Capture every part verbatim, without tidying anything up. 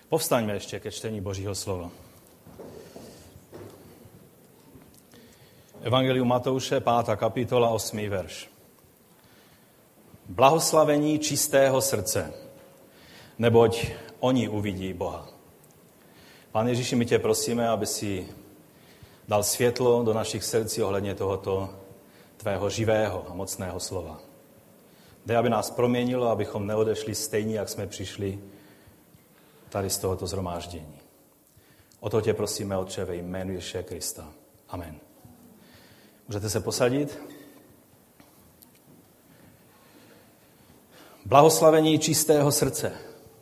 Povstaňme ještě ke čtení Božího slova. Evangelium Matouše, pátá kapitola, osmý verš. Blahoslavení čistého srdce, neboť oni uvidí Boha. Pane Ježíši, my tě prosíme, aby si dal světlo do našich srdcí ohledně tohoto tvého živého a mocného slova. Dej, aby nás proměnilo, abychom neodešli stejně, jak jsme přišli tady z tohoto shromáždění. O to tě prosíme, Otče, ve jménu Ježíše Krista. Amen. Můžete se posadit? Blahoslavení čistého srdce.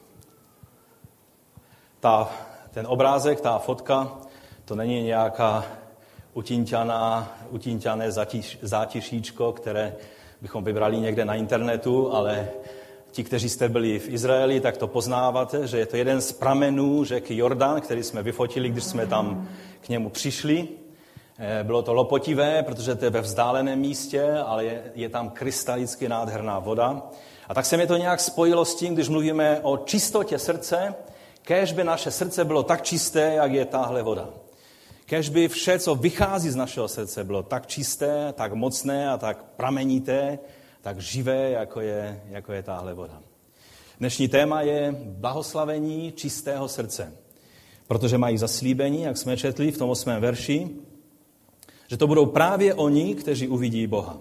Ta, ten obrázek, ta fotka, to není nějaká utinťaná, utinťané zátiš, zátišíčko, které bychom vybrali někde na internetu, ale ti, kteří jste byli v Izraeli, tak to poznáváte, že je to jeden z pramenů řeky Jordan, který jsme vyfotili, když jsme tam k němu přišli. Bylo to lopotivé, protože to je ve vzdáleném místě, ale je, je tam krystalicky nádherná voda. A tak se mi to nějak spojilo s tím, když mluvíme o čistotě srdce, kéž by naše srdce bylo tak čisté, jak je tahle voda. Kéž by vše, co vychází z našeho srdce, bylo tak čisté, tak mocné a tak pramenité, tak živé, jako je, jako je tahle voda. Dnešní téma je blahoslavení čistého srdce, protože mají zaslíbení, jak jsme četli v tom osmém verši, že to budou právě oni, kteří uvidí Boha.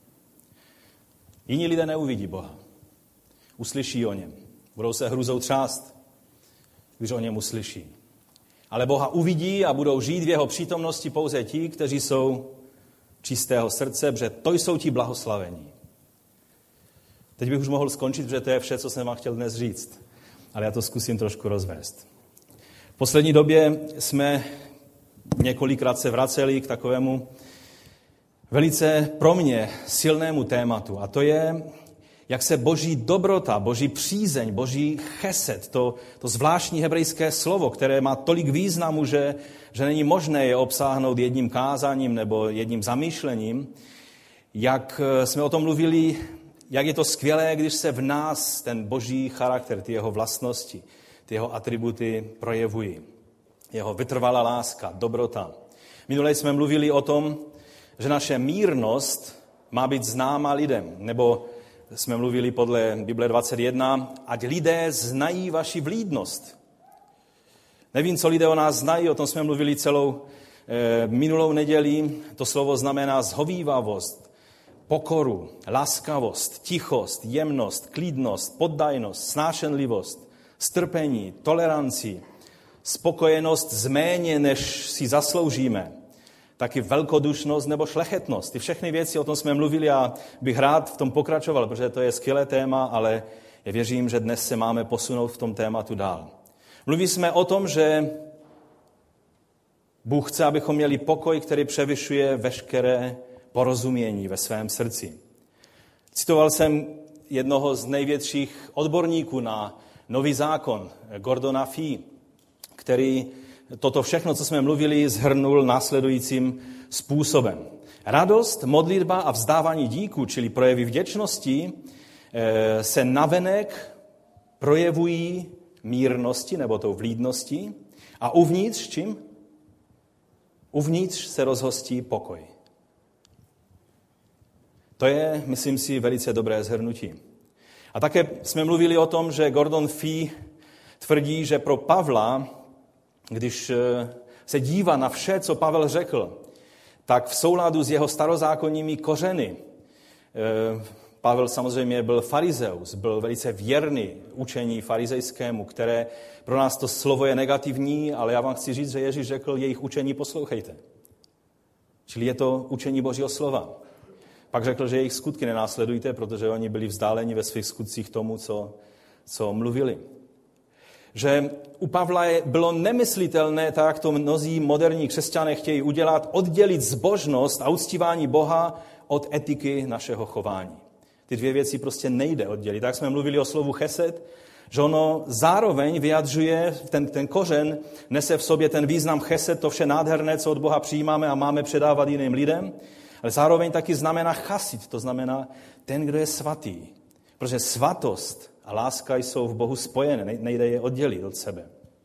Jiní lidé neuvidí Boha. Uslyší o něm. Budou se hrůzou třást, když o něm uslyší. Ale Boha uvidí a budou žít v jeho přítomnosti pouze ti, kteří jsou čistého srdce, protože to jsou ti blahoslavení. Teď bych už mohl skončit, protože to je vše, co jsem vám chtěl dnes říct. Ale já to zkusím trošku rozvést. V poslední době jsme několikrát se vraceli k takovému velice pro mě silnému tématu. A to je, jak se boží dobrota, boží přízeň, boží chesed, to, to zvláštní hebrejské slovo, které má tolik významu, že, že není možné je obsáhnout jedním kázáním nebo jedním zamýšlením, jak jsme o tom mluvili, jak je to skvělé, když se v nás ten boží charakter, ty jeho vlastnosti, ty jeho atributy projevují. Jeho vytrvalá láska, dobrota. Minule jsme mluvili o tom, že naše mírnost má být známa lidem, nebo jsme mluvili podle Bible dvacet jedna, ať lidé znají vaši vlídnost. Nevím, co lidé o nás znají, o tom jsme mluvili celou e, minulou neděli. To slovo znamená zhovívavost, pokoru, laskavost, tichost, jemnost, klidnost, poddajnost, snášenlivost, strpení, toleranci, spokojenost z méně, než si zasloužíme, taky velkodušnost nebo šlechetnost. Ty všechny věci, o tom jsme mluvili a bych rád v tom pokračoval, protože to je skvělé téma, ale já věřím, že dnes se máme posunout v tom tématu dál. Mluvili jsme o tom, že Bůh chce, abychom měli pokoj, který převyšuje veškeré porozumění ve svém srdci. Citoval jsem jednoho z největších odborníků na Nový zákon, Gordona Fee, který toto všechno, co jsme mluvili, shrnul následujícím způsobem. Radost, modlitba a vzdávání díků, čili projevy vděčnosti, se navenek projevují mírnosti nebo tou vlídností a uvnitř čím? Uvnitř se rozhostí pokoj. To je, myslím si, velice dobré shrnutí. A také jsme mluvili o tom, že Gordon Fee tvrdí, že pro Pavla, když se dívá na vše, co Pavel řekl, tak v souladu s jeho starozákonními kořeny, Pavel samozřejmě byl farizeus, byl velice věrný učení farizejskému, které pro nás to slovo je negativní, ale já vám chci říct, že Ježíš řekl, jejich učení poslouchejte. Čili je to učení Božího slova. Pak řekl, že jejich skutky nenásledujte, protože oni byli vzdáleni ve svých skutcích tomu, co, co mluvili. Že u Pavla bylo nemyslitelné, tak jak to mnozí moderní křesťané chtějí udělat, oddělit zbožnost a uctívání Boha od etiky našeho chování. Ty dvě věci prostě nejde oddělit. Tak jsme mluvili o slovu chesed, že ono zároveň vyjadřuje, ten, ten kořen nese v sobě ten význam chesed, to vše nádherné, co od Boha přijímáme a máme předávat jiným lidem, ale zároveň taky znamená chasit, to znamená ten, kdo je svatý. Protože svatost a láska jsou v Bohu spojené, nejde je oddělit od sebe.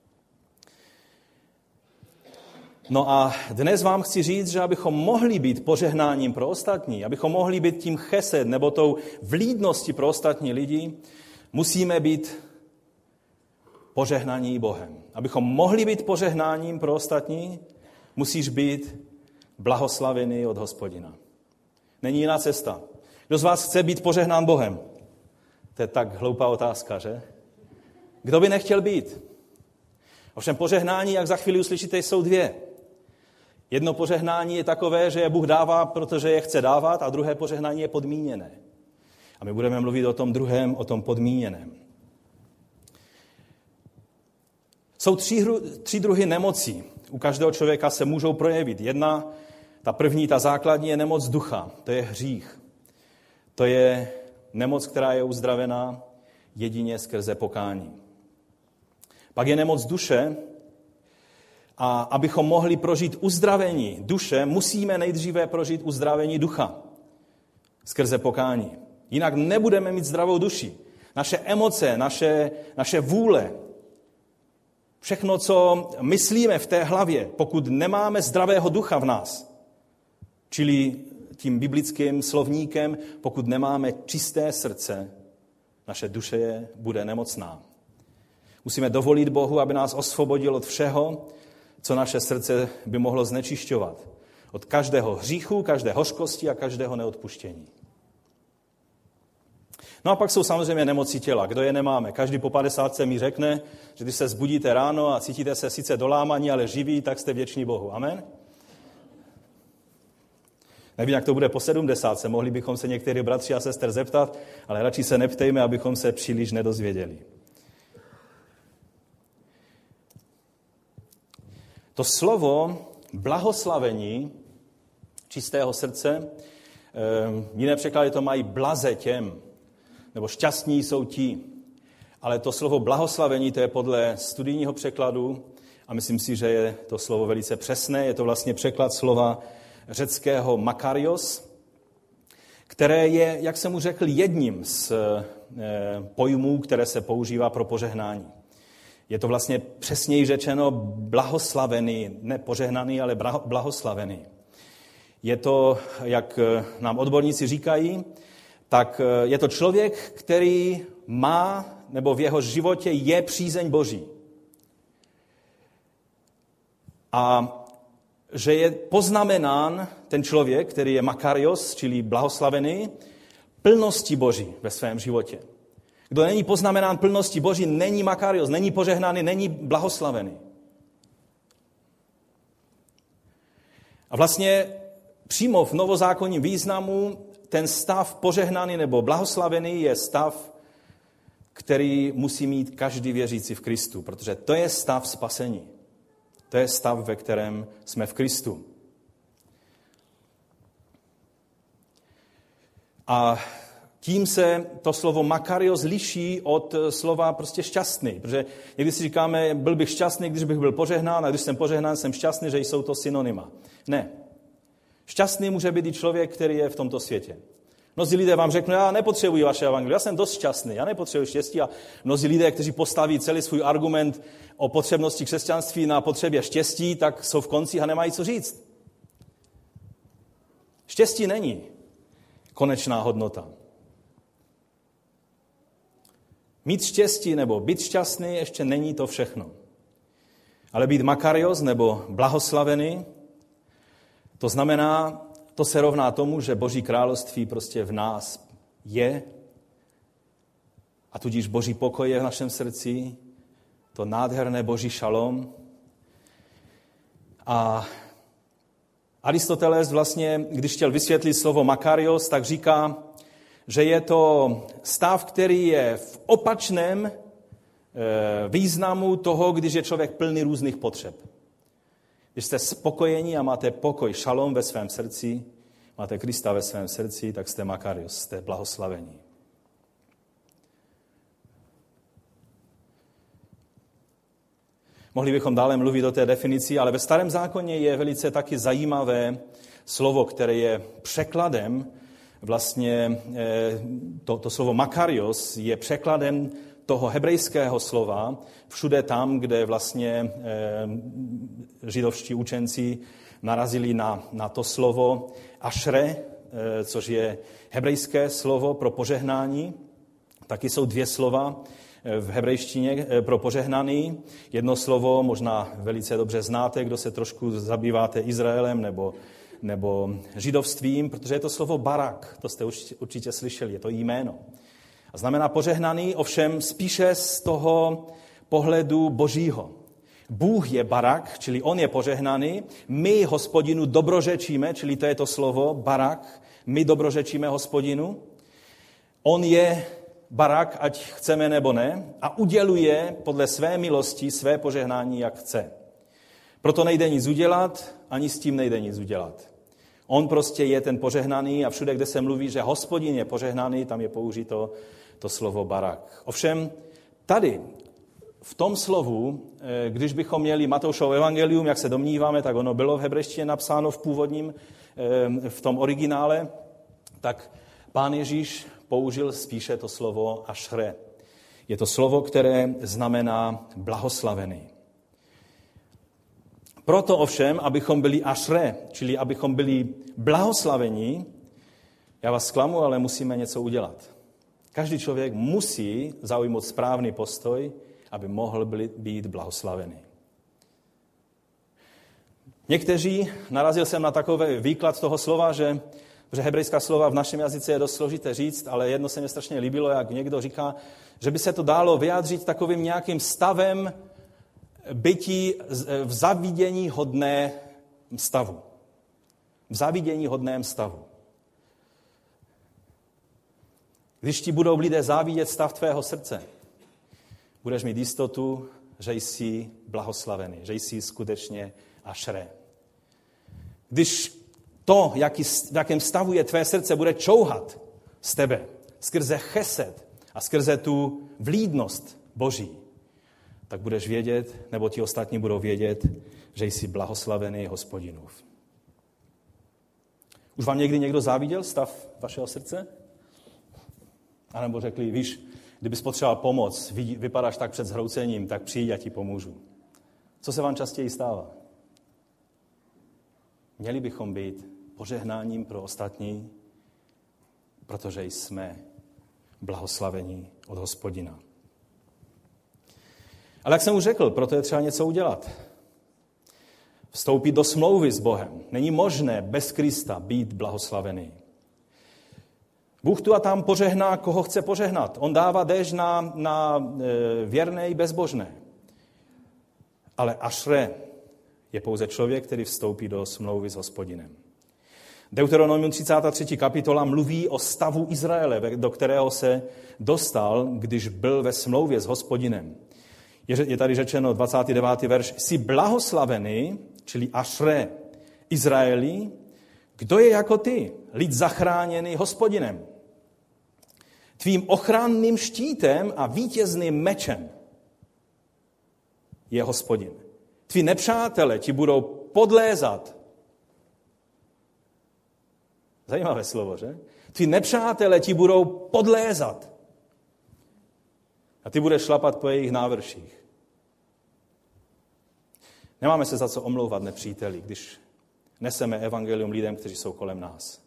No a dnes vám chci říct, že abychom mohli být požehnáním pro ostatní, abychom mohli být tím chesed nebo tou vlídností pro ostatní lidi, musíme být požehnaní Bohem. Abychom mohli být požehnáním pro ostatní, musíš být blahoslavený od Hospodina. Není jiná cesta. Kdo z vás chce být požehnán Bohem? To je tak hloupá otázka, že? Kdo by nechtěl být? Ovšem požehnání, jak za chvíli uslyšíte, jsou dvě. Jedno požehnání je takové, že je Bůh dává, protože je chce dávat, a druhé požehnání je podmíněné. A my budeme mluvit o tom druhém, o tom podmíněném. Jsou tři, tři druhy nemocí. U každého člověka se můžou projevit. Jedna, ta první, ta základní, je nemoc ducha. To je hřích. To je nemoc, která je uzdravená jedině skrze pokání. Pak je nemoc duše, a abychom mohli prožít uzdravení duše, musíme nejdříve prožít uzdravení ducha skrze pokání. Jinak nebudeme mít zdravou duši. Naše emoce, naše, naše vůle, všechno, co myslíme v té hlavě, pokud nemáme zdravého ducha v nás, čili tím biblickým slovníkem, pokud nemáme čisté srdce, naše duše je, bude nemocná. Musíme dovolit Bohu, aby nás osvobodil od všeho, co naše srdce by mohlo znečišťovat. Od každého hříchu, každé hořkosti a každého neodpuštění. No a pak jsou samozřejmě nemoci těla. Kdo je nemáme? Každý po padesátce mi řekne, že když se zbudíte ráno a cítíte se sice dolámaní, ale živí, tak jste vděční Bohu. Amen? Nevím, jak to bude po sedmdesátce. Mohli bychom se některý bratři a sester zeptat, ale radši se neptejme, abychom se příliš nedozvěděli. To slovo blahoslavení čistého srdce, jiné překlady to mají blaze těm, nebo šťastní jsou ti. Ale to slovo blahoslavení, to je podle studijního překladu, a myslím si, že je to slovo velice přesné, je to vlastně překlad slova řeckého makarios, které je, jak jsem mu řekl, jedním z pojmů, které se používá pro požehnání. Je to vlastně přesněji řečeno blahoslavený, ne požehnaný, ale blahoslavený. Je to, jak nám odborníci říkají, tak je to člověk, který má, nebo v jeho životě je přízeň Boží. A že je poznamenán ten člověk, který je makarios, čili blahoslavený, plností Boží ve svém životě. Kdo není poznamenán plností Boží, není makarios, není požehnaný, není blahoslavený. A vlastně přímo v novozákonním významu ten stav požehnaný nebo blahoslavený je stav, který musí mít každý věřící v Kristu, protože to je stav spasení. To je stav, ve kterém jsme v Kristu. A tím se to slovo makarios liší od slova prostě šťastný, protože někdy si říkáme, byl bych šťastný, když bych byl požehnán, a když jsem požehnán, jsem šťastný, že jsou to synonyma. Ne. Šťastný může být i člověk, který je v tomto světě. Mnozí lidé vám řeknou, já nepotřebuji vaše evangelium, já jsem dost šťastný, já nepotřebuji štěstí. A mnozí lidé, kteří postaví celý svůj argument o potřebnosti křesťanství na potřebě štěstí, tak jsou v koncích a nemají co říct. Štěstí není konečná hodnota. Mít štěstí nebo být šťastný ještě není to všechno. Ale být makarios nebo blahoslavený, to znamená, to se rovná tomu, že Boží království prostě v nás je a tudíž Boží pokoj je v našem srdci, to nádherné Boží šalom. A Aristoteles vlastně, když chtěl vysvětlit slovo makarios, tak říká, že je to stav, který je v opačném významu toho, když je člověk plný různých potřeb. Když jste spokojení a máte pokoj, šalom ve svém srdci, máte Krista ve svém srdci, tak jste makarios, jste blahoslavení. Mohli bychom dále mluvit o té definici, ale ve Starém zákoně je velice taky zajímavé slovo, které je překladem, vlastně to, to slovo makarios je překladem toho hebrejského slova všude tam, kde vlastně židovští učenci narazili na, na to slovo ašre, což je hebrejské slovo pro požehnání. Taky jsou dvě slova v hebrejštině pro požehnaný. Jedno slovo možná velice dobře znáte, kdo se trošku zabýváte Izraelem nebo, nebo židovstvím, protože je to slovo barak, to jste určitě slyšeli, je to jméno. A znamená požehnaný, ovšem spíše z toho pohledu božího. Bůh je barak, čili on je požehnaný, my Hospodinu dobrořečíme, čili to je to slovo barak, my dobrořečíme Hospodinu. On je barak, ať chceme nebo ne, a uděluje podle své milosti své požehnání, jak chce. Proto nejde nic udělat, ani s tím nejde nic udělat. On prostě je ten požehnaný a všude, kde se mluví, že Hospodin je požehnaný, tam je použito to slovo barak. Ovšem tady, v tom slovu, když bychom měli Matoušovo evangelium, jak se domníváme, tak ono bylo v hebrejštině napsáno v původním, v tom originále, tak Pán Ježíš použil spíše to slovo ašre. Je to slovo, které znamená blahoslavený. Proto ovšem, abychom byli ašre, čili abychom byli blahoslavení, já vás zklamu, ale musíme něco udělat. Každý člověk musí zaujmout správný postoj, aby mohl být blahoslavený. Někteří, narazil jsem na takový výklad toho slova, že, že hebrejská slova v našem jazyce je dost složité říct, ale jedno se mi strašně líbilo, jak někdo říká, že by se to dalo vyjádřit takovým nějakým stavem bytí v zavidění hodné stavu. V zavidění hodném stavu. Když ti budou lidé závidět stav tvého srdce, budeš mít jistotu, že jsi blahoslavený, že jsi skutečně ašre. Když to, jaký, v jakém stavu je tvé srdce, bude čouhat z tebe, skrze chesed a skrze tu vlídnost Boží, tak budeš vědět, nebo ti ostatní budou vědět, že jsi blahoslavený Hospodinův. Už vám někdy někdo záviděl stav vašeho srdce? A nebo řekli, víš, kdybys potřeboval pomoc, vypadáš tak před zhroucením, tak přijď, já ti pomůžu. Co se vám častěji stává? Měli bychom být požehnáním pro ostatní, protože jsme blahoslavení od Hospodina. Ale jak jsem už řekl, proto je třeba něco udělat. Vstoupit do smlouvy s Bohem. Není možné bez Krista být blahoslavený. Bůh tu a tam požehná, koho chce požehnat. On dává déšť na, na e, věrné i bezbožné. Ale ašre je pouze člověk, který vstoupí do smlouvy s Hospodinem. Deuteronomium třicátá třetí kapitola mluví o stavu Izraele, do kterého se dostal, když byl ve smlouvě s Hospodinem. Je tady řečeno dvacátý devátý verš, jsi blahoslavený, čili ašre Izraeli, kdo je jako ty, lid zachráněný Hospodinem. Tvým ochranným štítem a vítězným mečem je Hospodin. Tví nepřátelé ti budou podlézat. Zajímavé slovo, že? Tví nepřátelé ti budou podlézat. A ty budeš šlapat po jejich návrších. Nemáme se za co omlouvat nepříteli, když neseme evangelium lidem, kteří jsou kolem nás.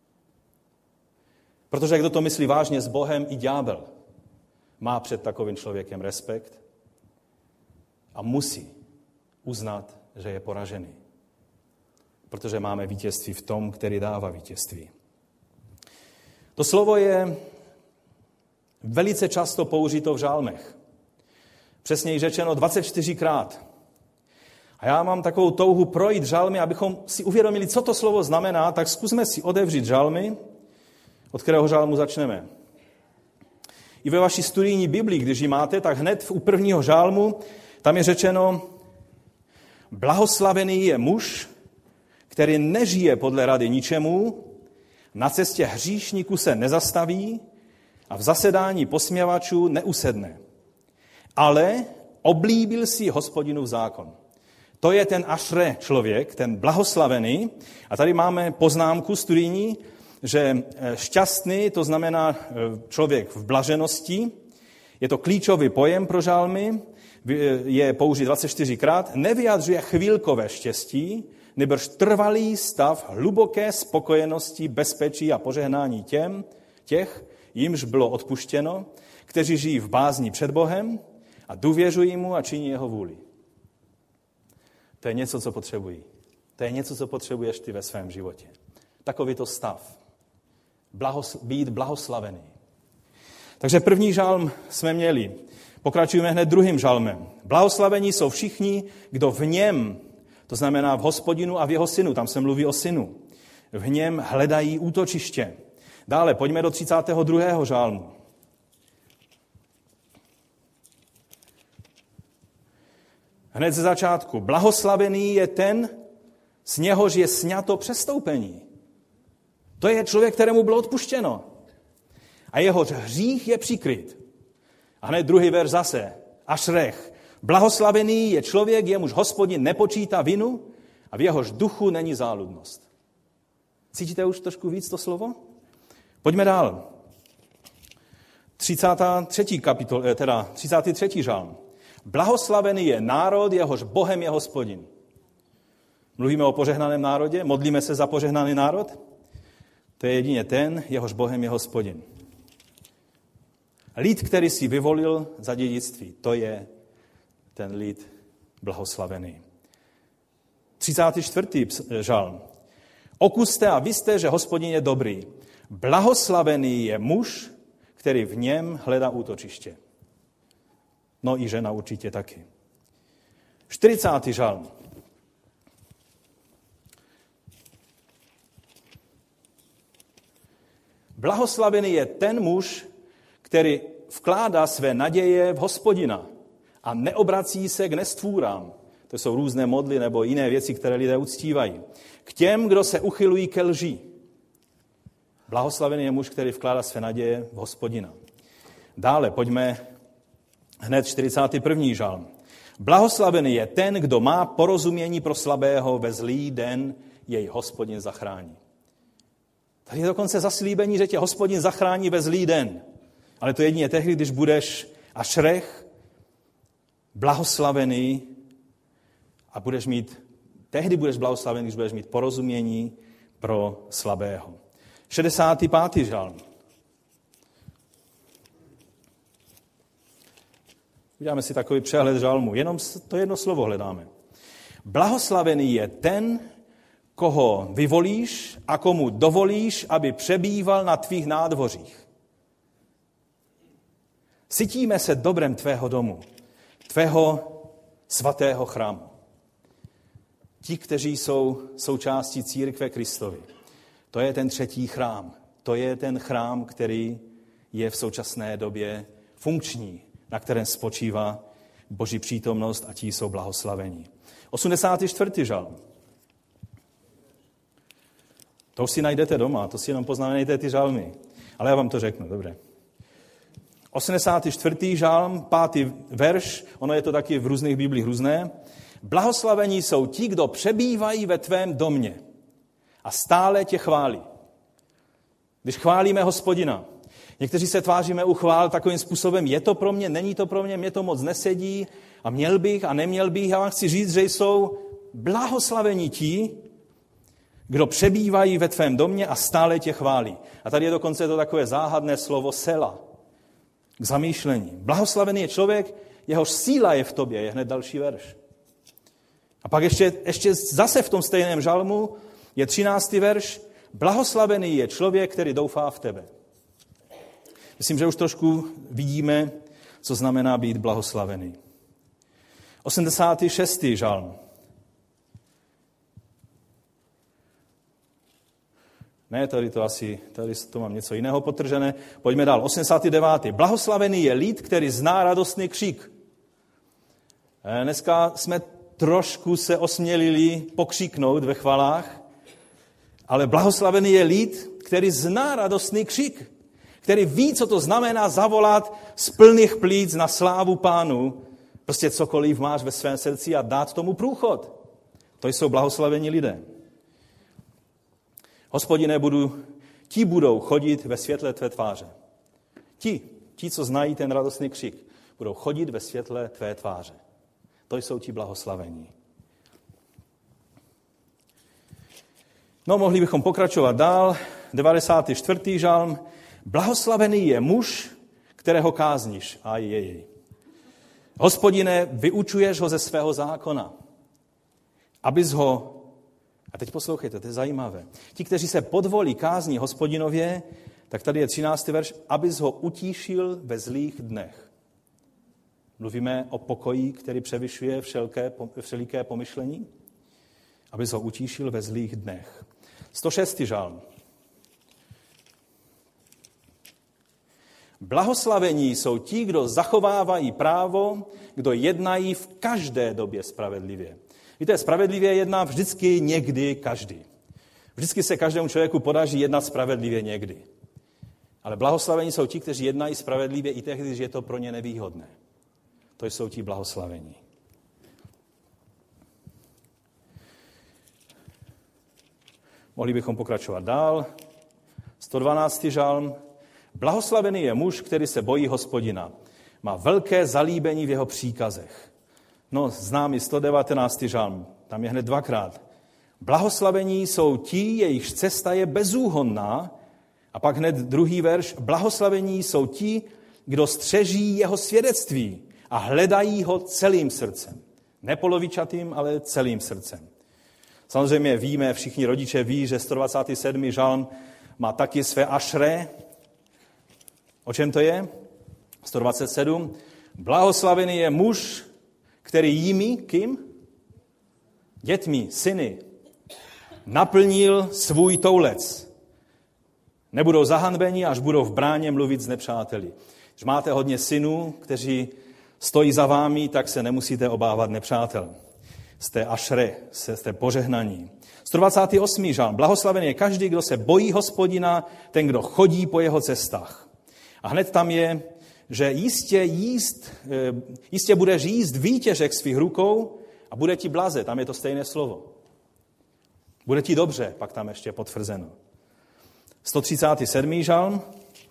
Protože kdo to myslí vážně s Bohem, i ďábel má před takovým člověkem respekt a musí uznat, že je poražený. Protože máme vítězství v tom, který dává vítězství. To slovo je velice často použito v žálmech. Přesněji řečeno dvacet čtyřikrát. A já mám takovou touhu projít žalmy, abychom si uvědomili, co to slovo znamená, tak zkusme si otevřít žalmy, od kterého žalmu začneme. I ve vaší studijní Biblii, když ji máte, tak hned u prvního žalmu, tam je řečeno, blahoslavený je muž, který nežije podle rady ničemu, na cestě hříšníků se nezastaví a v zasedání posměvačů neusedne. Ale oblíbil si Hospodinův zákon. To je ten ašre člověk, ten blahoslavený. A tady máme poznámku studijní, že šťastný, to znamená člověk v blaženosti, Je to klíčový pojem pro žalmy, je použit dvacet čtyřikrát, nevyjadřuje chvílkové štěstí, nebož trvalý stav hluboké spokojenosti, bezpečí a požehnání těm, těch, jimž bylo odpuštěno, kteří žijí v bázni před Bohem a důvěřují mu a činí jeho vůli. To je něco, co potřebují. To je něco, co potřebuješ ty ve svém životě. Takovýto stav. Blahos, být blahoslavený. Takže první žalm jsme měli. Pokračujeme hned druhým žalmem. Blahoslavení jsou všichni, kdo v něm, to znamená v Hospodinu a v jeho synu, tam se mluví o synu, v něm hledají útočiště. Dále pojďme do třicátého druhého žalmu. Hned ze začátku. Blahoslavený je ten, z něhož je sňato přestoupení. To je člověk, kterému bylo odpuštěno. A jeho hřích je přikryt. A hned druhý verš zase. Ašrech. Blahoslavený je člověk, jemuž Hospodin nepočítá vinu a v jehož duchu není záludnost. Cítíte už trošku víc to slovo? Pojďme dál. třicátý třetí kapitol, teda třicátý třetí žalm. Blahoslavený je národ, jehož Bohem je Hospodin. Mluvíme o požehnaném národě, modlíme se za požehnaný národ. To je jedině ten, jehož Bohem je Hospodin. Lid, který si vyvolil za dědictví, to je ten lid blahoslavený. třicátý čtvrtý žalm. Okuste a viste, že Hospodin je dobrý. Blahoslavený je muž, který v něm hledá útočiště. No i žena určitě taky. čtyřicátý žalm. Blahoslavený je ten muž, který vkládá své naděje v Hospodina a neobrací se k nestvůrám. To jsou různé modly nebo jiné věci, které lidé uctívají. K těm, kdo se uchylují ke lži. Blahoslavený je muž, který vkládá své naděje v Hospodina. Dále pojďme hned čtyřicátý první žalm. Blahoslavený je ten, kdo má porozumění pro slabého, ve zlý den jej Hospodin zachrání. Tady je dokonce zaslíbení, že tě Hospodin zachrání ve zlý den. Ale to jedině tehdy, když budeš ašrech, blahoslavený a budeš mít, tehdy budeš blahoslavený, když budeš mít porozumění pro slabého. šedesátý pátý žalm. Uděláme si takový přehled žalmu. Jenom to jedno slovo hledáme. Blahoslavený je ten, koho vyvolíš a komu dovolíš, aby přebýval na tvých nádvořích. Sytíme se dobrem tvého domu, tvého svatého chrámu. Ti, kteří jsou součástí církve Kristovy. To je ten třetí chrám. To je ten chrám, který je v současné době funkční, na kterém spočívá Boží přítomnost a ti jsou blahoslavení. osmdesátý čtvrtý žalm. To už si najdete doma, to si jenom poznamenejte ty žalmy. Ale já vám to řeknu, dobře. osmdesátý čtvrtý žalm, pátý verš, ono je to taky v různých biblích různé. Blahoslavení jsou ti, kdo přebývají ve tvém domě a stále tě chválí. Když chválíme Hospodina, někteří se tváříme u chvál takovým způsobem, je to pro mě, není to pro mě, mě to moc nesedí a měl bych a neměl bych. Já vám chci říct, že jsou blahoslavení ti, kdo přebývají ve tvém domě a stále tě chválí. A tady je dokonce to takové záhadné slovo sela k zamýšlení. Blahoslavený je člověk, jehož síla je v tobě, je hned další verš. A pak ještě, ještě zase v tom stejném žalmu je třináctý verš. Blahoslavený je člověk, který doufá v tebe. Myslím, že už trošku vidíme, co znamená být blahoslavený. osmdesátý šestý žalm. Ne, tady to asi, tady to mám něco jiného potržené. Pojďme dál. osmdesátý devátý Blahoslavený je lid, který zná radostný křik. Dneska jsme trošku se osmělili pokřiknout ve chvalách, ale blahoslavený je lid, který zná radostný křik, který ví, co to znamená zavolat z plných plíc na slávu Pánu, prostě cokoliv máš ve svém srdci a dát tomu průchod. To jsou blahoslavení lidé. Hospodine, budu, ti budou chodit ve světle tvé tváře. Ti, Ti, co znají ten radostný křik, budou chodit ve světle tvé tváře. To jsou ti blahoslavení. No, mohli bychom pokračovat dál. devadesátý čtvrtý žalm. Blahoslavený je muž, kterého kázníš. A jej. Hospodine, vyučuješ ho ze svého zákona, abys ho... A teď poslouchejte, to je zajímavé. Ti, kteří se podvolí kázní Hospodinově, tak tady je třináctý verš, abys ho utíšil ve zlých dnech. Mluvíme o pokoji, který převyšuje všelké, všeliké pomyšlení. Abys ho utíšil ve zlých dnech. sto šestý žalm. Blahoslavení jsou ti, kdo zachovávají právo, kdo jednají v každé době spravedlivě. Víte, spravedlivě jedná vždycky někdy každý. Vždycky se každému člověku podaří jednat spravedlivě někdy. Ale blahoslavení jsou ti, kteří jednají spravedlivě i tehdy, když je to pro ně nevýhodné. To jsou ti blahoslavení. Mohli bychom pokračovat dál. sto dvanáctý žalm. Blahoslavený je muž, který se bojí Hospodina. Má velké zalíbení v jeho příkazech. No, známý sto devatenáctý žalm. Tam je hned dvakrát. Blahoslavení jsou ti, jejichž cesta je bezúhonná. A pak hned druhý verš. Blahoslavení jsou ti, kdo střeží jeho svědectví a hledají ho celým srdcem. Ne polovičatým, ale celým srdcem. Samozřejmě víme, všichni rodiče ví, že sto dvacátý sedmý žalm má taky své ašre. O čem to je? sto dvacet sedm. Blahoslavený je muž, který jimi, kým? Dětmi, syny, naplnil svůj toulec. Nebudou zahanbeni, až budou v bráně mluvit s nepřáteli. Když máte hodně synů, kteří stojí za vámi, tak se nemusíte obávat nepřátel. Jste ašre, jste požehnaní. sto dvacátý osmý žalm. Blahoslavený je každý, kdo se bojí Hospodina, ten, kdo chodí po jeho cestách. A hned tam je, že jistě, jíst, jistě budeš jíst výtěžek svých rukou a bude ti blaze. Tam je to stejné slovo. Bude ti dobře, pak tam ještě potvrzeno. sto třicátý sedmý žalm.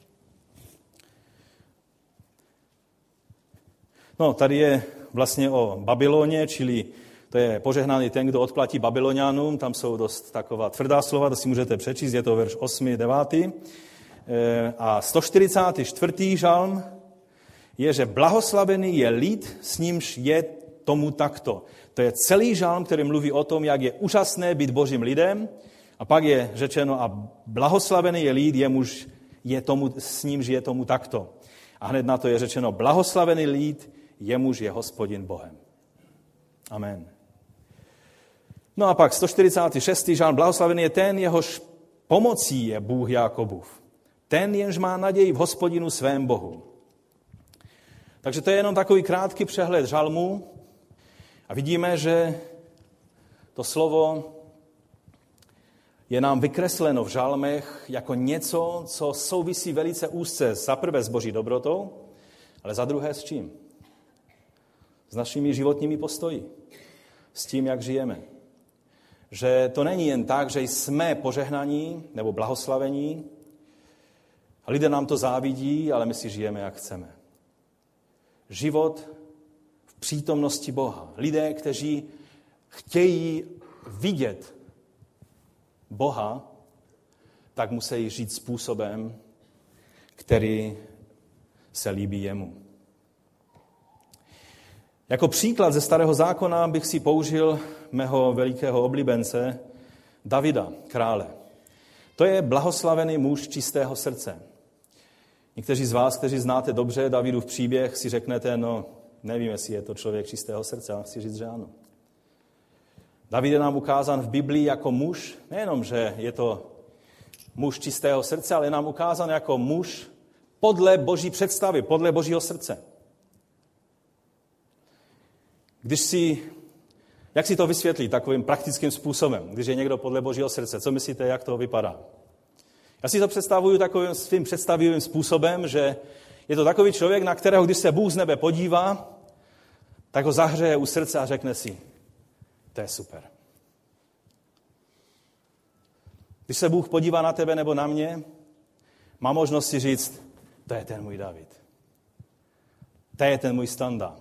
No, tady je vlastně o Babyloně, čili to je požehnaný ten, kdo odplatí Babylonianům. Tam jsou dost taková tvrdá slova, to si můžete přečíst, je to verš osmý, devátý. A sto čtyřicátý čtvrtý žalm je, že blahoslavený je lid, s nímž je tomu takto. To je celý žalm, který mluví o tom, jak je úžasné být božím lidem. A pak je řečeno, a blahoslavený je lid, jemuž je tomu, s nímž je tomu takto. A hned na to je řečeno, blahoslavený lid, jemuž je Hospodin Bohem. Amen. No a pak sto čtyřicátý šestý žalm, blahoslavený je ten, jehož pomocí je Bůh Jákobův. Ten, jenž má naději v Hospodinu svém Bohu. Takže to je jenom takový krátký přehled žalmů. A vidíme, že to slovo je nám vykresleno v žalmech jako něco, co souvisí velice úzce za prvé s Boží dobrotou, ale za druhé s čím? S našimi životními postoji. S tím, jak žijeme. Že to není jen tak, že jsme požehnaní nebo blahoslavení, a lidé nám to závidí, ale my si žijeme, jak chceme. Život v přítomnosti Boha. Lidé, kteří chtějí vidět Boha, tak musí žít způsobem, který se líbí jemu. Jako příklad ze Starého zákona bych si použil mého velikého oblíbence Davida, krále. To je blahoslavený muž čistého srdce. Někteří z vás, kteří znáte dobře Davidův příběh, si řeknete, no nevím, jestli je to člověk čistého srdce, ale chci říct, že ano. David je nám ukázán v Biblii jako muž, nejenom, že je to muž čistého srdce, ale je nám ukázán jako muž podle Boží představy, podle Božího srdce. Když si, jak si to vysvětlí takovým praktickým způsobem, když je někdo podle Božího srdce, co myslíte, jak to vypadá? Já si to představuju takovým svým představivým způsobem, že je to takový člověk, na kterého, když se Bůh z nebe podívá, tak ho zahřeje u srdce a řekne si, to je super. Když se Bůh podívá na tebe nebo na mě, má možnost si říct, to je ten můj David. To je ten můj standard.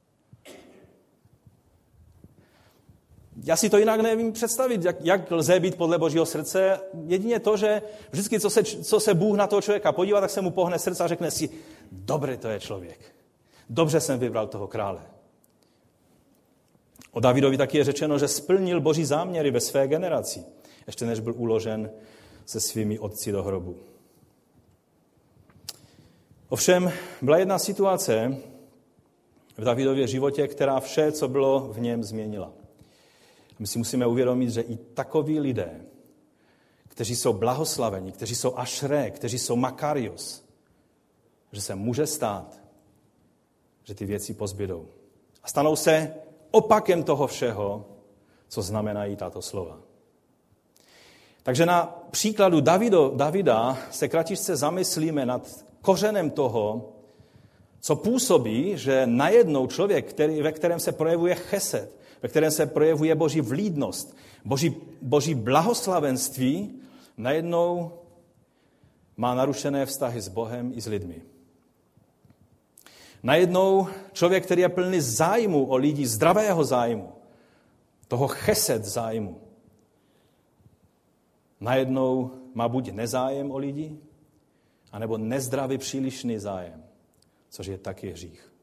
Já si to jinak nevím představit, jak, jak lze být podle Božího srdce. Jedině to, že vždycky, co se, co se Bůh na toho člověka podívá, tak se mu pohne srdce a řekne si, dobrý to je člověk. Dobře jsem vybral toho krále. O Davidovi taky je řečeno, že splnil Boží záměry ve své generaci, ještě než byl uložen se svými otci do hrobu. Ovšem byla jedna situace v Davidově životě, která vše, co bylo v něm, změnila. My si musíme uvědomit, že i takoví lidé, kteří jsou blahoslaveni, kteří jsou ašré, kteří jsou makarios, že se může stát, že ty věci pozbydou. A stanou se opakem toho všeho, co znamenají tato slova. Takže na příkladu Davido, Davida se kratičce zamyslíme nad kořenem toho, co působí, že najednou člověk, který, ve kterém se projevuje chesed, ve kterém se projevuje Boží vlídnost, Boží, Boží blahoslavenství, najednou má narušené vztahy s Bohem i s lidmi. Najednou člověk, který je plný zájmu o lidi, zdravého zájmu, toho chesed zájmu, najednou má buď nezájem o lidi, anebo nezdravý přílišný zájem, což je taky hřích.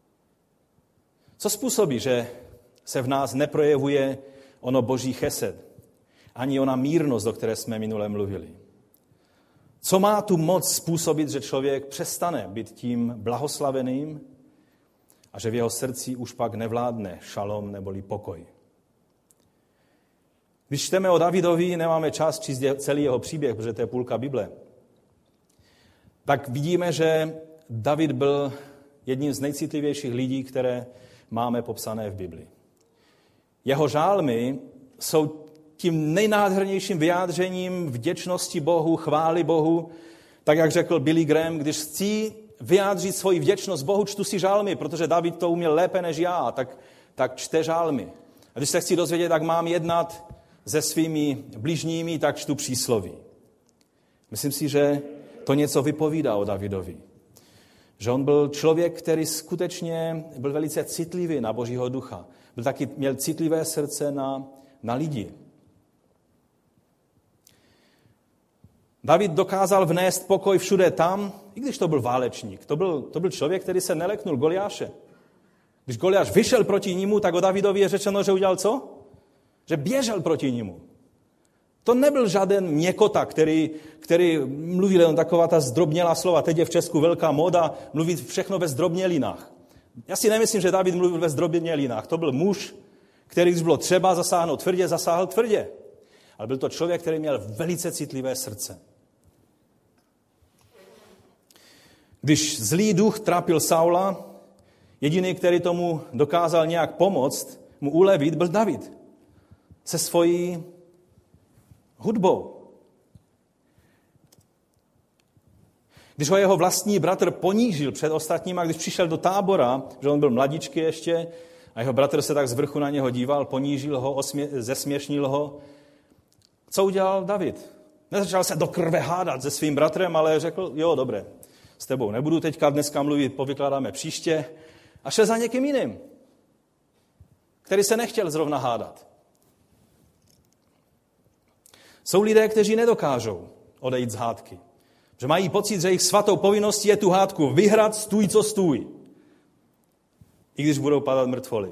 Co způsobí, že se v nás neprojevuje ono Boží chesed, ani ona mírnost, o které jsme minule mluvili? Co má tu moc způsobit, že člověk přestane být tím blahoslaveným a že v jeho srdci už pak nevládne šalom neboli pokoj? Když čteme o Davidovi, nemáme čas číst celý jeho příběh, protože to je půlka Bible, tak vidíme, že David byl jedním z nejcitlivějších lidí, které máme popsané v Bibli. Jeho žálmy jsou tím nejnádhernějším vyjádřením vděčnosti Bohu, chvály Bohu. Tak jak řekl Billy Graham, když chci vyjádřit svoji vděčnost Bohu, čtu si žálmy, protože David to uměl lépe než já, tak, tak čte žálmy. A když se chci dozvědět, jak mám jednat se svými bližními, tak čtu přísloví. Myslím si, že to něco vypovídá o Davidovi. Že on byl člověk, který skutečně byl velice citlivý na Božího ducha. Byl taky, měl citlivé srdce na, na lidi. David dokázal vnést pokoj všude tam, i když to byl válečník. To byl, to byl člověk, který se neleknul Goliáše. Když Goliáš vyšel proti němu, tak o Davidovi je řečeno, že udělal co? Že běžel proti němu. To nebyl žádný měkota, který, který mluvil jen taková ta zdrobnělá slova. Teď je v Česku velká moda mluvit všechno ve zdrobnělinách. Já si nemyslím, že David mluvil ve zdrobnělinách. To byl muž, který, když bylo třeba zasáhnout tvrdě, zasáhl tvrdě. Ale byl to člověk, který měl velice citlivé srdce. Když zlý duch trápil Saula, jediný, který tomu dokázal nějak pomoct, mu ulevit, byl David. Se svojí hudbou. Když ho jeho vlastní bratr ponížil před ostatníma, když přišel do tábora, že on byl mladičky ještě, a jeho bratr se tak z vrchu na něho díval, ponížil ho, osmě, zesměšnil ho. Co udělal David? Nezačal se do krve hádat se svým bratrem, ale řekl, jo, dobré, s tebou nebudu teďka dneska mluvit, povykládáme příště. A šel za někým jiným, který se nechtěl zrovna hádat. Jsou lidé, kteří nedokážou odejít z hádky. Že mají pocit, že jejich svatou povinností je tu hádku vyhrát, stůj, co stůj. I když budou padat mrtvoly.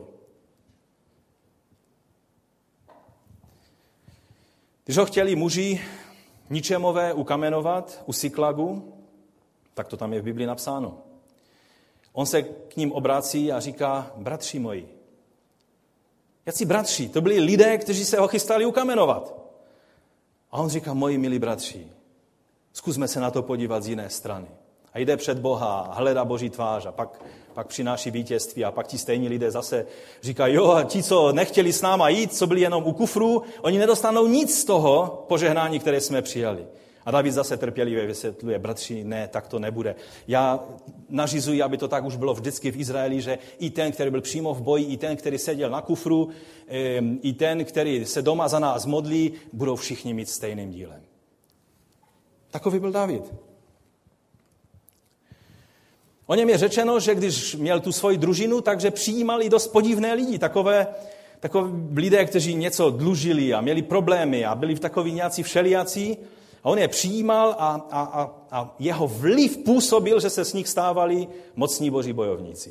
Když ho chtěli muži ničemové ukamenovat u Siklagu, tak to tam je v Biblii napsáno. On se k ním obrací a říká, bratři moji. Jací bratři? To byli lidé, kteří se ho chystali ukamenovat. A on říká, moji milí bratři, zkusme se na to podívat z jiné strany. A jde před Boha a hledá Boží tvář a pak, pak přináší vítězství a pak ti stejní lidé zase říkají, jo, a ti, co nechtěli s náma jít, co byli jenom u kufru, oni nedostanou nic z toho požehnání, které jsme přijali. A David zase trpělivě vysvětluje, bratři, ne, tak to nebude. Já nařizuji, aby to tak už bylo vždycky v Izraeli, že i ten, který byl přímo v boji, i ten, který seděl na kufru, i ten, který se doma za nás modlí, budou všichni mít stejným dílem. Takový byl David. O něm je řečeno, že když měl tu svoji družinu, takže přijímali dost podivné lidi, takové, takové lidé, kteří něco dlužili a měli problémy a byli v takový nějací všelijací. A on je přijímal a, a, a, a jeho vliv působil, že se z nich stávali mocní boží bojovníci.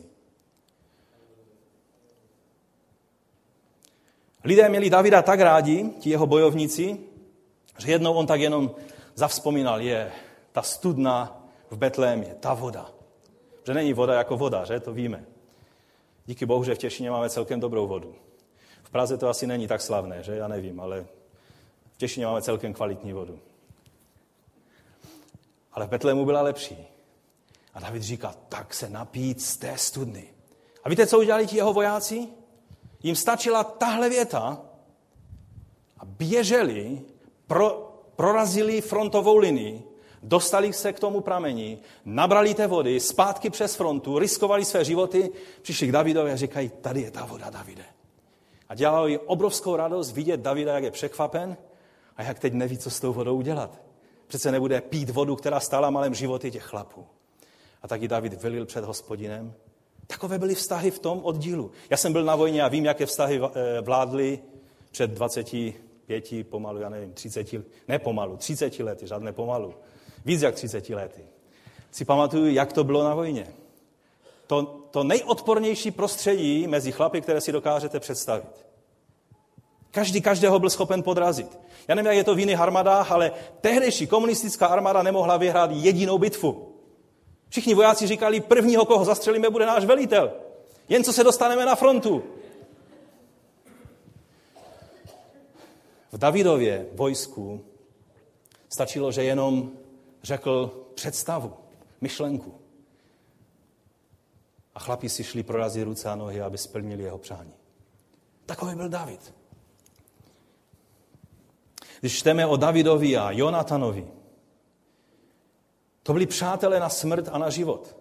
Lidé měli Davida tak rádi, ti jeho bojovníci, že jednou on tak jenom zavzpomínal, je ta studna v Betlémě, ta voda. Že není voda jako voda, že? To víme. Díky Bohu, že v Těšíně máme celkem dobrou vodu. V Praze to asi není tak slavné, že? Já nevím, ale v Těšíně máme celkem kvalitní vodu. Ale v Betlému byla lepší. A David říká, tak se napít z té studny. A víte, co udělali ti jeho vojáci? Jim stačila tahle věta a běželi, pro, prorazili frontovou linii, dostali se k tomu prameni, nabrali té vody, zpátky přes frontu, riskovali své životy, přišli k Davidovi a říkají, tady je ta voda, Davide. A dělalo jí obrovskou radost vidět Davida, jak je překvapen a jak teď neví, co s tou vodou udělat. Přece nebude pít vodu, která stála malém životy těch chlapů. A taky David vylil před Hospodinem. Takové byly vztahy v tom oddílu. Já jsem byl na vojně a vím, jaké vztahy vládly před dvaceti pěti, pomalu, já nevím, třiceti, ne pomalu, třiceti lety, žádné pomalu. Víc jak třiceti lety. Si pamatuju, jak to bylo na vojně. To, to nejodpornější prostředí mezi chlapy, které si dokážete představit. Každý každého byl schopen podrazit. Já nevím, jak je to v jiných armádách, ale tehdejší komunistická armáda nemohla vyhrát jedinou bitvu. Všichni vojáci říkali, prvního, koho zastřelíme, bude náš velitel. Jen co se dostaneme na frontu. V Davidově vojsku stačilo, že jenom řekl představu, myšlenku. A chlapi si šli prorazit ruce a nohy, aby splnili jeho přání. Takový byl David. Když čteme o Davidovi a Jonatanovi, to byli přátelé na smrt a na život.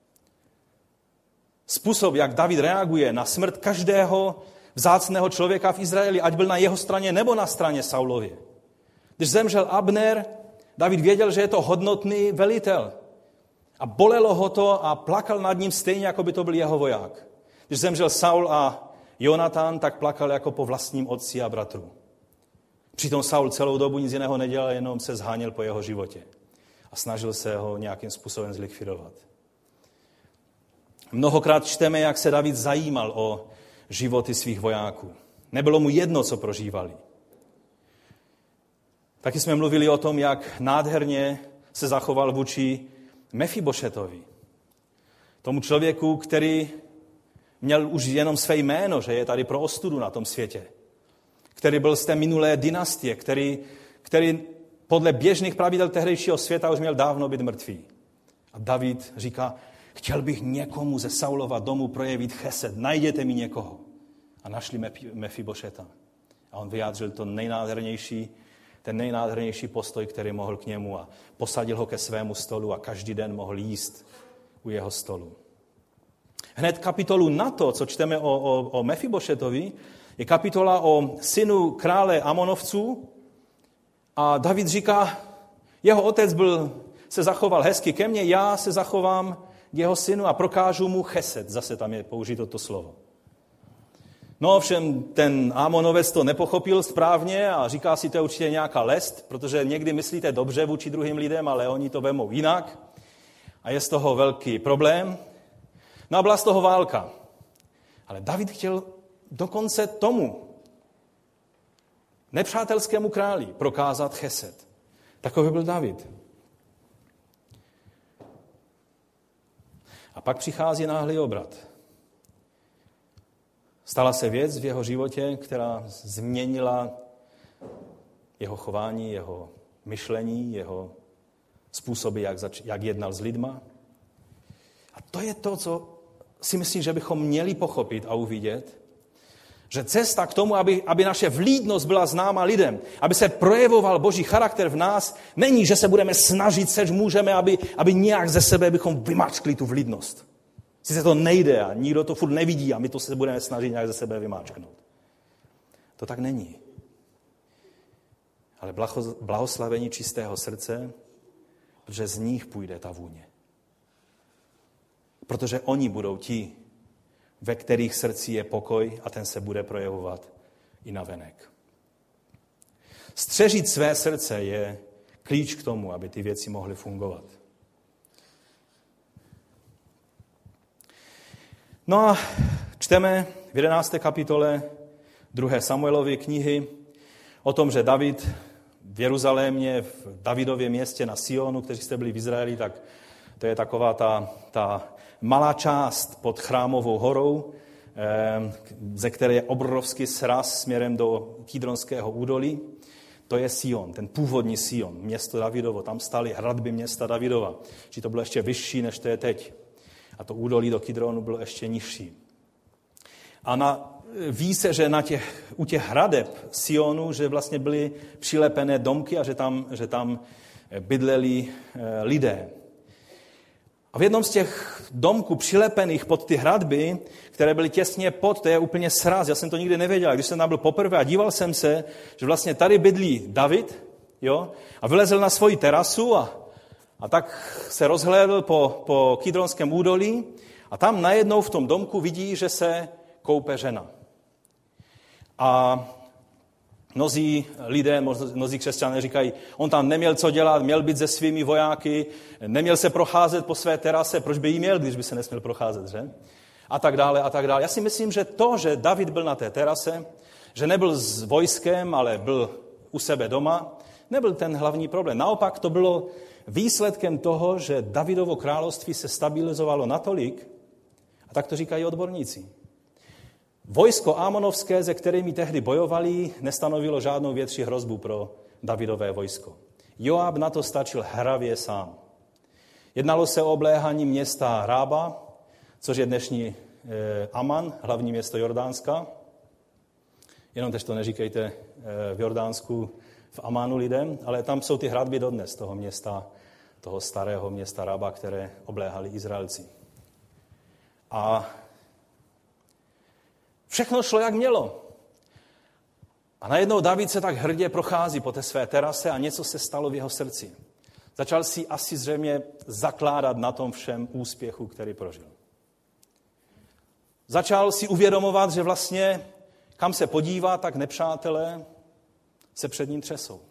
Způsob, jak David reaguje na smrt každého vzácného člověka v Izraeli, ať byl na jeho straně nebo na straně Saulově. Když zemřel Abner, David věděl, že je to hodnotný velitel. A bolelo ho to a plakal nad ním stejně, jako by to byl jeho voják. Když zemřel Saul a Jonatan, tak plakal jako po vlastním otci a bratru. Přitom Saul celou dobu nic jiného nedělal, jenom se zháněl po jeho životě. A snažil se ho nějakým způsobem zlikvidovat. Mnohokrát čteme, jak se David zajímal o životy svých vojáků. Nebylo mu jedno, co prožívali. Taky jsme mluvili o tom, jak nádherně se zachoval vůči Mefibošetovi. Tomu člověku, který měl už jenom své jméno, že je tady pro ostudu na tom světě. Který byl z té minulé dynastie, který, který podle běžných pravidel tehdejšího světa už měl dávno být mrtvý. A David říká, chtěl bych někomu ze Saulova domu projevit chesed, najděte mi někoho. A našli Mefibošeta. A on vyjádřil to nejnádhernější, ten nejnádhernější postoj, který mohl k němu a posadil ho ke svému stolu a každý den mohl jíst u jeho stolu. Hned kapitolu na to, co čteme o, o, o Mefibošetovi, je kapitola o synu krále Amonovců a David říká, jeho otec byl, se zachoval hezky ke mně, já se zachovám k jeho synu a prokážu mu chesed, zase tam je použito to slovo. No ovšem ten Amonovec to nepochopil správně a říká si, to je určitě nějaká lest, protože někdy myslíte dobře vůči druhým lidem, ale oni to vemou jinak a je z toho velký problém. No a byla z toho válka. Ale David chtěl dokonce tomu nepřátelskému králi prokázat chesed. Takový byl David. A pak přichází náhlý obrat. Stala se věc v jeho životě, která změnila jeho chování, jeho myšlení, jeho způsoby, jak, zač- jak jednal s lidma. A to je to, co si myslím, že bychom měli pochopit a uvidět, že cesta k tomu, aby, aby naše vlídnost byla známa lidem, aby se projevoval Boží charakter v nás, není, že se budeme snažit, seč můžeme, aby, aby nějak ze sebe bychom vymáčkli tu vlídnost. Sice to nejde a nikdo to furt nevidí a my to se budeme snažit nějak ze sebe vymáčknout. To tak není. Ale blahoslavení čistého srdce, protože z nich půjde ta vůně. Protože oni budou ti, ve kterých srdci je pokoj a ten se bude projevovat i navenek. Střežit své srdce je klíč k tomu, aby ty věci mohly fungovat. No a čteme v jedenácté kapitole druhé Samuelovy knihy o tom, že David v Jeruzalémě, v Davidově městě na Sionu, kteří jste byli v Izraeli, tak to je taková ta, ta malá část pod Chrámovou horou, ze které je obrovský sraz směrem do Kidronského údolí. To je Sion, ten původní Sion, město Davidovo. Tam stály hradby města Davidova. Či to bylo ještě vyšší, než to je teď. A to údolí do Kidronu bylo ještě nižší. A na, ví se, že na těch, u těch hradeb Sionu, že vlastně byly přilepené domky a že tam, že tam bydleli lidé. A v jednom z těch domků přilepených pod ty hradby, které byly těsně pod, to je úplně sraz, já jsem to nikdy nevěděl. Když jsem tam byl poprvé a díval jsem se, že vlastně tady bydlí David, jo, a vylezl na svoji terasu a, a tak se rozhlédl po, po Kidronském údolí a tam najednou v tom domku vidí, že se koupe žena. A mnozí lidé, mnozí křesťané říkají, on tam neměl co dělat, měl být se svými vojáky, neměl se procházet po své terase, proč by jí měl, když by se nesměl procházet, že? A tak dále, a tak dále. Já si myslím, že to, že David byl na té terase, že nebyl s vojskem, ale byl u sebe doma, nebyl ten hlavní problém. Naopak to bylo výsledkem toho, že Davidovo království se stabilizovalo natolik, a tak to říkají odborníci. Vojsko Amonovské, se kterými tehdy bojovali, nestanovilo žádnou větší hrozbu pro Davidové vojsko. Joab na to stačil hravě sám. Jednalo se o obléhání města Rába, což je dnešní Aman, hlavní město Jordánska. Jenom tež to neříkejte v Jordánsku, v Amanu lidem, ale tam jsou ty hradby dodnes toho města, toho starého města Rába, které obléhali Izraelci. A všechno šlo, jak mělo. A najednou David se tak hrdě prochází po té své terase a něco se stalo v jeho srdci. Začal si asi zřejmě zakládat na tom všem úspěchu, který prožil. Začal si uvědomovat, že vlastně kam se podívá, tak nepřátelé se před ním třesou.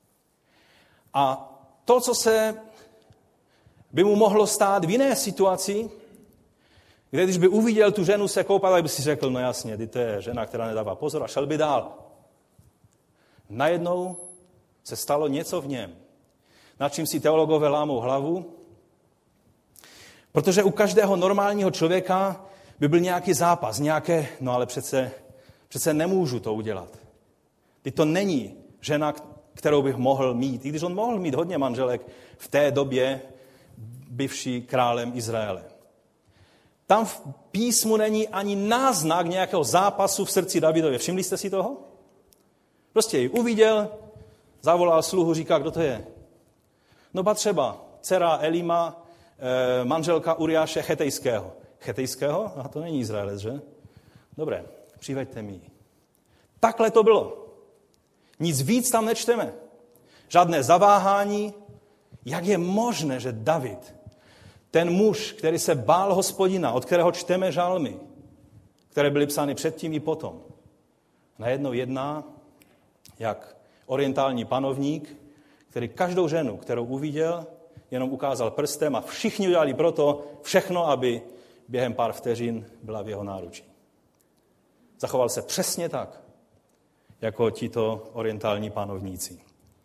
A to, co se by mu mohlo stát v jiné situaci, kde když by uviděl tu ženu se koupat, tak by si řekl, no jasně, to je žena, která nedává pozor a šel by dál. Najednou se stalo něco v něm, nad čím si teologové lámou hlavu, protože u každého normálního člověka by byl nějaký zápas, nějaké, no ale přece, přece nemůžu to udělat. Teď to není žena, kterou bych mohl mít, i když on mohl mít hodně manželek v té době bývší králem Izraele. Tam v písmu není ani náznak nějakého zápasu v srdci Davidově. Všimli jste si toho? Prostě ji uviděl, zavolal sluhu, říká, kdo to je? No ba třeba dcera Elima, manželka Uriáše Chetejského. Chetejského? A to není Izraelec, že? Dobré, přiveďte mi ji. Takhle to bylo. Nic víc tam nečteme. Žádné zaváhání. Jak je možné, že David, ten muž, který se bál Hospodina, od kterého čteme žalmy, které byly psány předtím i potom, najednou jedná jak orientální panovník, který každou ženu, kterou uviděl, jenom ukázal prstem a všichni udělali proto všechno, aby během pár vteřin byla v jeho náručí. Zachoval se přesně tak, jako tito orientální panovníci.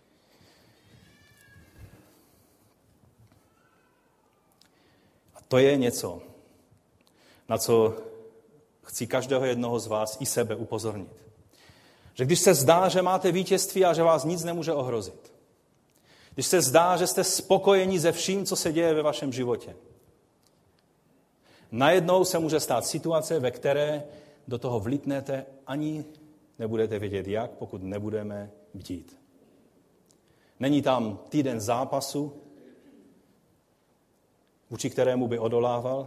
A to je něco, na co chci každého jednoho z vás i sebe upozornit. Že když se zdá, že máte vítězství a že vás nic nemůže ohrozit. Když se zdá, že jste spokojeni se vším, co se děje ve vašem životě. Najednou se může stát situace, ve které do toho vlítnete, ani nebudete vědět jak, pokud nebudeme bdít. Není tam týden zápasu, vůči kterému by odolával.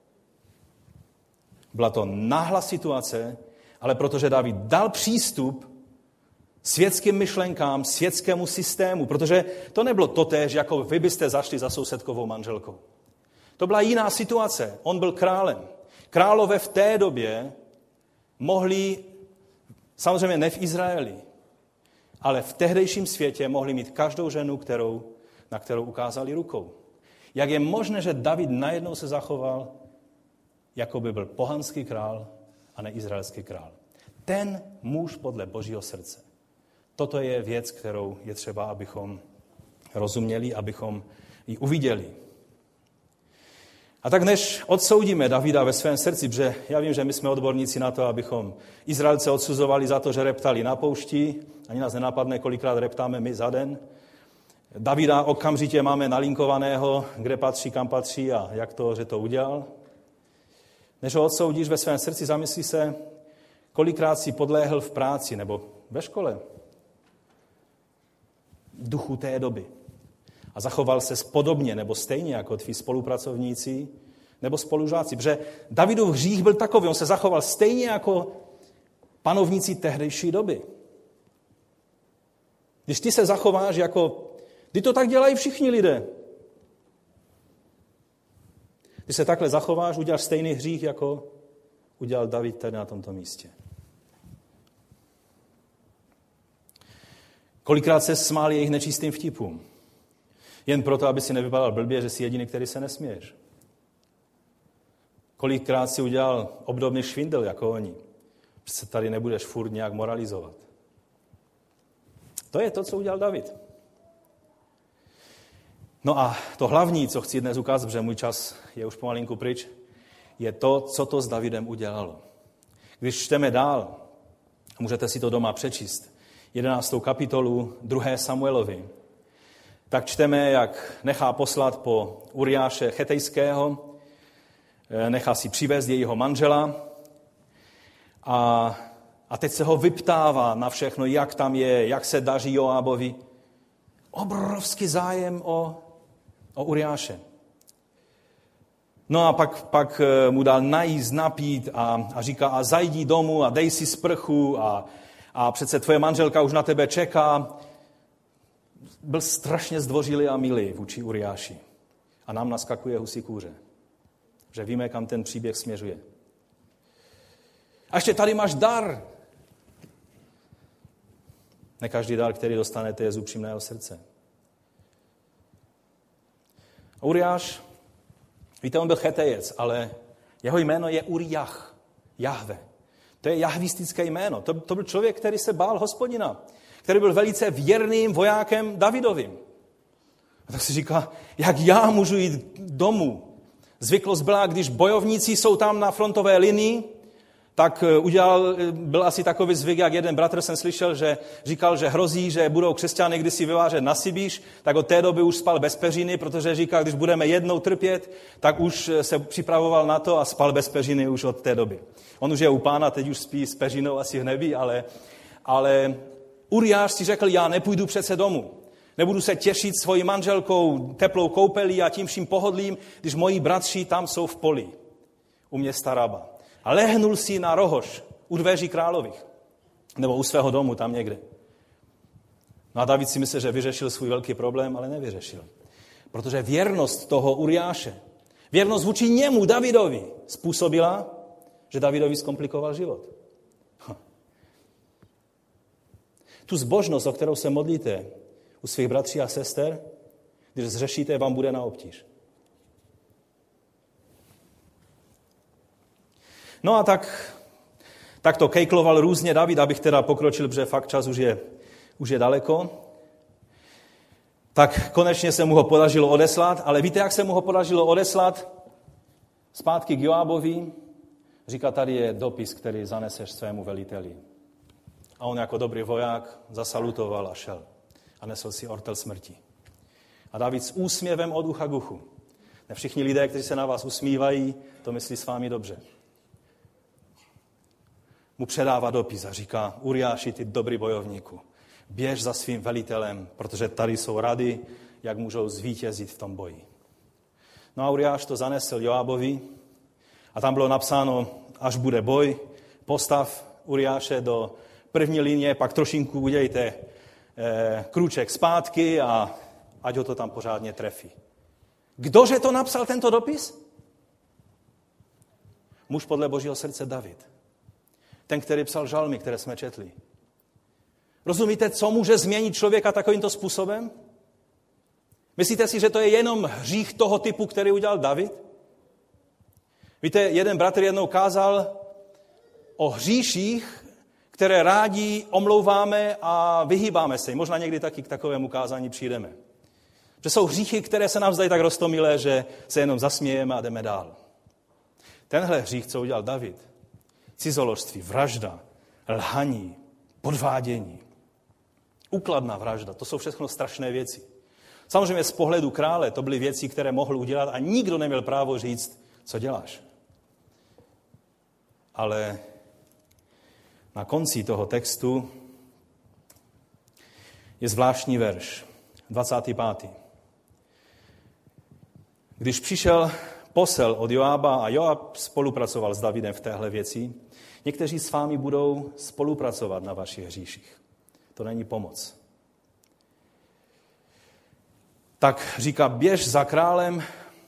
Byla to náhlá situace, ale protože David dal přístup světským myšlenkám, světskému systému, protože to nebylo totéž, jako vy byste zašli za sousedkovou manželkou. To byla jiná situace. On byl králem. Králové v té době mohli, samozřejmě ne v Izraeli, ale v tehdejším světě mohli mít každou ženu, kterou, na kterou ukázali rukou. Jak je možné, že David najednou se zachoval, jako by byl pohanský král a ne izraelský král. Ten muž podle Božího srdce. Toto je věc, kterou je třeba, abychom rozuměli, abychom ji uviděli. A tak než odsoudíme Davida ve svém srdci, protože já vím, že my jsme odborníci na to, abychom Izraelce odsuzovali za to, že reptali na poušti, ani nás nenapadne, kolikrát reptáme my za den. Davida okamžitě máme nalinkovaného, kde patří, kam patří a jak to, že to udělal. Než ho odsoudíš ve svém srdci, zamyslí se, kolikrát si podléhl v práci nebo ve škole duchu té doby. A zachoval se podobně nebo stejně jako tví spolupracovníci nebo spolužáci. Protože Davidův hřích byl takový, on se zachoval stejně jako panovníci tehdejší doby. Když ty se zachováš jako, ty to tak dělají všichni lidé. Když se takhle zachováš, uděláš stejný hřích, jako udělal David tady na tomto místě. Kolikrát se smál jejich nečistým vtipům. Jen proto, aby si nevypadal blbě, že jsi jediný, který se nesměješ. Kolikrát si udělal obdobný švindel jako oni. Přece tady nebudeš furt nějak moralizovat. To je to, co udělal David. No a to hlavní, co chci dnes ukázat, protože můj čas je už pomalinku pryč, je to, co to s Davidem udělalo. Když čteme dál, můžete si to doma přečíst, jedenáctou kapitolu druhé Samuelovi, tak čteme, jak nechá poslat po Uriáše Chetejského, nechá si přivést jejího manžela a, a teď se ho vyptává na všechno, jak tam je, jak se daří Joábovi. Obrovský zájem o, o Uriáše. No a pak, pak mu dal najíst, napít a, a říká, a zajdi domů a dej si sprchu a, a přece tvoje manželka už na tebe čeká. Byl strašně zdvořilý a milý vůči Uriáši. A nám naskakuje husí kůře. Že víme, kam ten příběh směřuje. A ještě tady máš dar. Ne každý dar, který dostanete, je z upřímného srdce. A Uriáš, víte, on byl Chetejec, ale jeho jméno je Uriach, Jahve. To je jahvistické jméno. To, to byl člověk, který se bál Hospodina, který byl velice věrným vojákem Davidovým. A tak si říká, jak já můžu jít domů? Zvyklost byla, když bojovníci jsou tam na frontové linii, tak udělal, byl asi takový zvyk, jak jeden bratr jsem slyšel, že říkal, že hrozí, že budou křesťané kdysi vyvážet na Sibiř, tak od té doby už spal bez peřiny, protože říkal, když budeme jednou trpět, tak už se připravoval na to a spal bez peřiny už od té doby. On už je u Pána, teď už spí s peřinou asi v nebi, ale, ale Uriáš si řekl, já nepůjdu přece domů. Nebudu se těšit svojí manželkou teplou koupelí a tím vším pohodlím, když moji bratři tam jsou v poli u města Raba. A lehnul si na rohož u dveří králových. Nebo u svého domu, tam někde. No a David si myslel, že vyřešil svůj velký problém, ale nevyřešil. Protože věrnost toho Uriáše, věrnost vůči němu, Davidovi, způsobila, že Davidovi zkomplikoval život. Tu zbožnost, o kterou se modlíte u svých bratří a sester, když zřešíte, vám bude na obtíž. No a tak, tak to kejkloval různě David, abych teda pokročil, protože fakt čas už je, už je daleko. Tak konečně se mu ho podařilo odeslat, ale víte, jak se mu ho podařilo odeslat? Zpátky k Joábovi, říká, tady je dopis, který zaneseš svému veliteli. A on jako dobrý voják zasalutoval a šel. A nesl si ortel smrti. A David s úsměvem od ucha k uchu. Ne všichni lidé, kteří se na vás usmívají, to myslí s vámi dobře. Mu předává dopis a říká, Uriáši, ty dobrý bojovníku, běž za svým velitelem, protože tady jsou rady, jak můžou zvítězit v tom boji. No a Uriáš to zanesl Joábovi a tam bylo napsáno, až bude boj, postav Uriáše do první linie, pak trošinku udějte eh, krůček zpátky a ať ho to tam pořádně trefí. Kdože to napsal, tento dopis? Muž podle Božího srdce David. Ten, který psal žalmy, které jsme četli. Rozumíte, co může změnit člověka takovýmto způsobem? Myslíte si, že to je jenom hřích toho typu, který udělal David? Víte, jeden bratr jednou kázal o hříších, které rádi omlouváme a vyhýbáme se. Možná někdy taky k takovému kázání přijdeme. Že jsou hříchy, které se nám zdají tak roztomilé, že se jenom zasmějeme a jdeme dál. Tenhle hřích, co udělal David, cizoložství, vražda, lhaní, podvádění, úkladná vražda, to jsou všechno strašné věci. Samozřejmě z pohledu krále to byly věci, které mohl udělat a nikdo neměl právo říct, co děláš. Ale na konci toho textu je zvláštní verš, dvacátý pátý Když přišel posel od Joába a Joáb spolupracoval s Davidem v téhle věci, někteří s vámi budou spolupracovat na vašich hříších. To není pomoc. Tak říká, běž za králem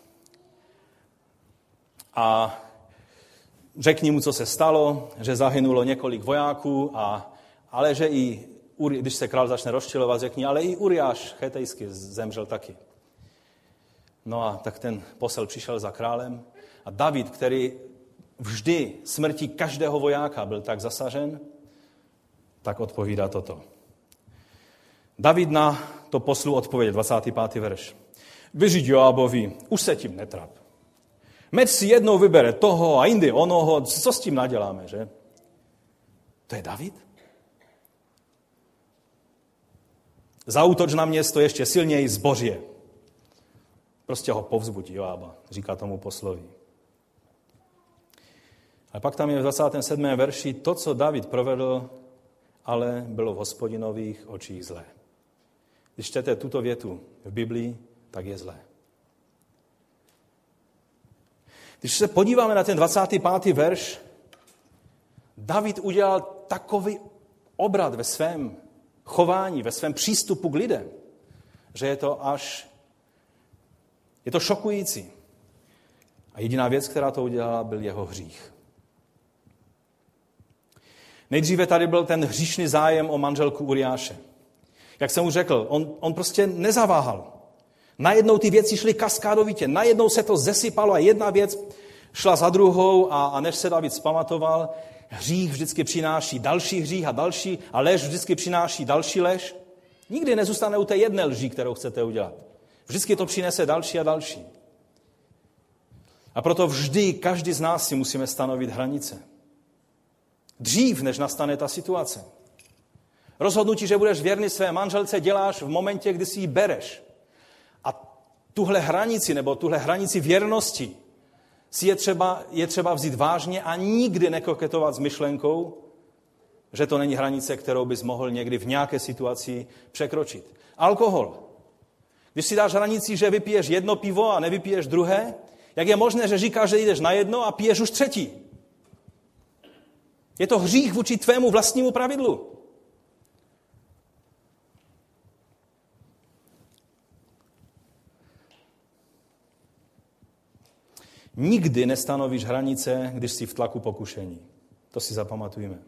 a řekni mu, co se stalo, že zahynulo několik vojáků, a, ale že i, když se král začne rozčilovat, řekni, ale i Uriáš chetejský zemřel taky. No a tak ten posel přišel za králem a David, který vždy smrtí každého vojáka byl tak zasažen, tak odpovídá toto. David na to poslu odpověděl, dvacátý pátý verš. Vyřiď Joábovi, už se tím netrap. Meč si jednou vybere toho a jindy onoho, co s tím naděláme, že? To je David? Zaútoč na město ještě silněji zbořě. Prostě ho povzbudí Joába, říká tomu poslovi. A pak tam je v dvacátém sedmém verši to, co David provedl, ale bylo v Hospodinových očích zlé. Když čtete tuto větu v Biblii, tak je zlé. Když se podíváme na ten dvacátý pátý verš, David udělal takový obrat ve svém chování, ve svém přístupu k lidem, že je to až, je to šokující. A jediná věc, která to udělala, byl jeho hřích. Nejdříve tady byl ten hříšný zájem o manželku Uriáše. Jak jsem už řekl, on, on prostě nezaváhal. Najednou ty věci šly kaskádovitě, najednou se to zesypalo a jedna věc šla za druhou a, a než se David zpamatoval, hřích vždycky přináší další hřích a další a lež vždycky přináší další lež. Nikdy nezůstane u té jedné lži, kterou chcete udělat. Vždycky to přinese další a další. A proto vždy každý z nás si musíme stanovit hranice. Dřív, než nastane ta situace. Rozhodnutí, že budeš věrný své manželce, děláš v momentě, kdy si ji bereš. A tuhle hranici, nebo tuhle hranici věrnosti si je třeba, je třeba vzít vážně a nikdy nekoketovat s myšlenkou, že to není hranice, kterou bys mohl někdy v nějaké situaci překročit. Alkohol. Když si dáš hranici, že vypiješ jedno pivo a nevypiješ druhé, jak je možné, že říkáš, že jdeš na jedno a piješ už třetí? Je to hřích vůči tvému vlastnímu pravidlu. Nikdy nestanovíš hranice, když jsi v tlaku pokušení. To si zapamatujme.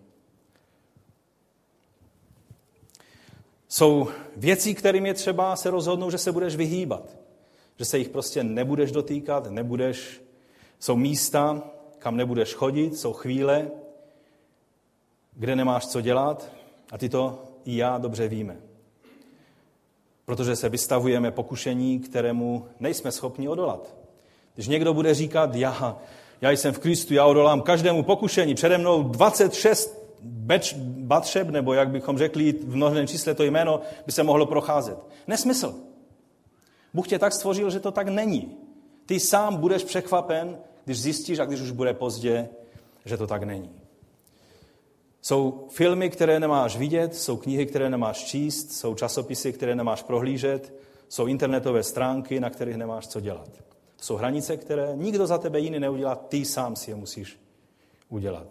Jsou věci, kterým je třeba se rozhodnout, že se budeš vyhýbat. Že se jich prostě nebudeš dotýkat, nebudeš. Jsou místa, kam nebudeš chodit, jsou chvíle, kde nemáš co dělat a ty to i já dobře víme. Protože se vystavujeme pokušení, kterému nejsme schopni odolat. Když někdo bude říkat, já, já jsem v Kristu, já odolám každému pokušení, přede mnou dvacet šest Batšeb, nebo jak bychom řekli v množném čísle to jméno, by se mohlo procházet. Nesmysl. Bůh tě tak stvořil, že to tak není. Ty sám budeš překvapen, když zjistíš a když už bude pozdě, že to tak není. Jsou filmy, které nemáš vidět, jsou knihy, které nemáš číst, jsou časopisy, které nemáš prohlížet, jsou internetové stránky, na kterých nemáš co dělat. To jsou hranice, které nikdo za tebe jiný neudělá, ty sám si je musíš udělat.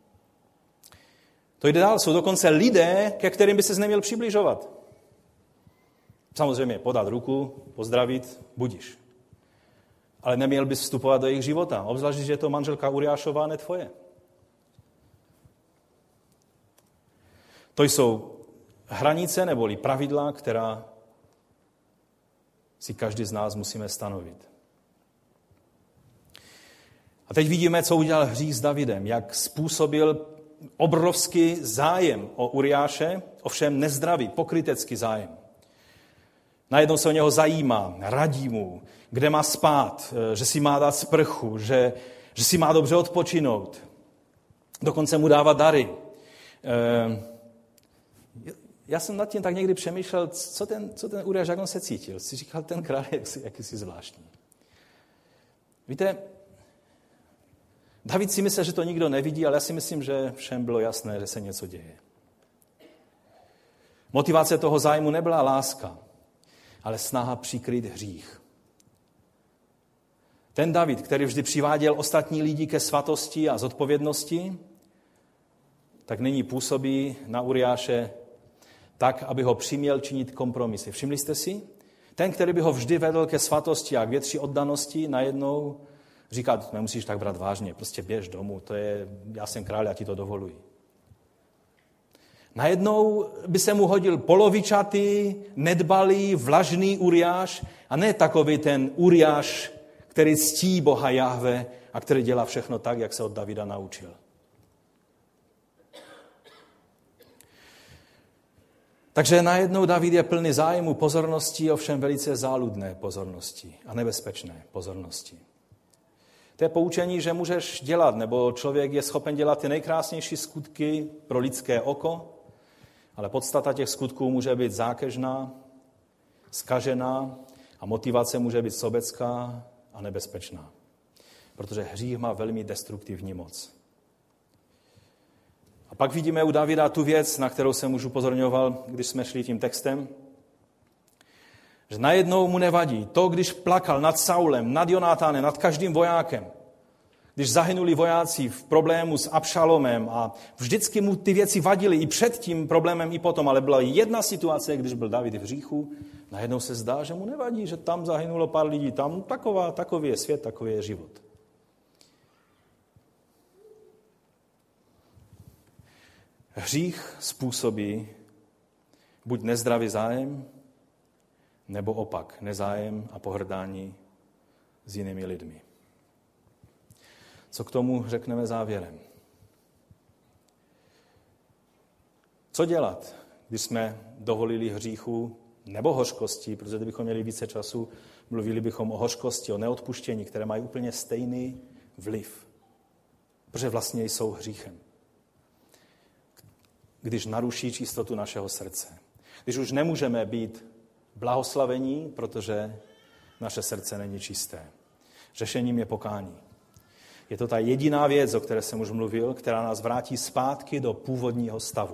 To jde dál, jsou dokonce lidé, ke kterým by ses neměl přibližovat. Samozřejmě podat ruku, pozdravit, budiš. ale neměl bys vstupovat do jejich života. Obzvlášť, že je to manželka Uriášová, ne tvoje. To jsou hranice neboli pravidla, která si každý z nás musíme stanovit. A teď vidíme, co udělal hřích s Davidem, jak způsobil obrovský zájem o Uriáše, ovšem nezdravý, pokrytecký zájem. Najednou se o něho zajímá, radí mu, kde má spát, že si má dát sprchu, že, že si má dobře odpočinout. Dokonce mu dává dary. Já jsem nad tím tak někdy přemýšlel, co ten, co ten Uriáš, jak on se cítil. Si říkal, ten král je jakýsi zvláštní. Víte, David si myslel, že to nikdo nevidí, ale já si myslím, že všem bylo jasné, že se něco děje. Motivace toho zájmu nebyla láska, ale snaha přikryt hřích. Ten David, který vždy přiváděl ostatní lidi ke svatosti a zodpovědnosti, tak nyní působí na Uriáše tak, aby ho přiměl činit kompromisy. Všimli jste si? Ten, který by ho vždy vedl ke svatosti a k větší oddanosti, najednou říká, nemusíš tak brát vážně, prostě běž domů, to je, já jsem král, já ti to dovoluji. Najednou by se mu hodil polovičatý, nedbalý, vlažný Uriáš a ne takový ten Uriáš, který ctí Boha Jahve a který dělá všechno tak, jak se od Davida naučil. Takže najednou David je plný zájmu, pozornosti, ovšem velice záludné pozornosti a nebezpečné pozornosti. To je poučení, že můžeš dělat, nebo člověk je schopen dělat ty nejkrásnější skutky pro lidské oko, ale podstata těch skutků může být zákeřná, zkažená a motivace může být sobecká a nebezpečná. Protože hřích má velmi destruktivní moc. A pak vidíme u Davida tu věc, na kterou jsem už upozorňoval, když jsme šli tím textem, že najednou mu nevadí to, když plakal nad Saulem, nad Jonátánem, nad každým vojákem, když zahynuli vojáci v problému s Abšalomem a vždycky mu ty věci vadily i před tím problémem, i potom, ale byla jedna situace, když byl David v hříchu, najednou se zdá, že mu nevadí, že tam zahynulo pár lidí, tam taková, takový je svět, takový je život. Hřích způsobí buď nezdravý zájem, nebo opak, nezájem a pohrdání s jinými lidmi. Co k tomu řekneme závěrem? Co dělat, když jsme dovolili hříchu nebo hořkosti, protože kdybychom měli více času, mluvili bychom o hořkosti, o neodpuštění, které mají úplně stejný vliv, protože vlastně jsou hříchem. Když naruší čistotu našeho srdce. Když už nemůžeme být blahoslavení, protože naše srdce není čisté. Řešením je pokání. Je to ta jediná věc, o které jsem už mluvil, která nás vrátí zpátky do původního stavu.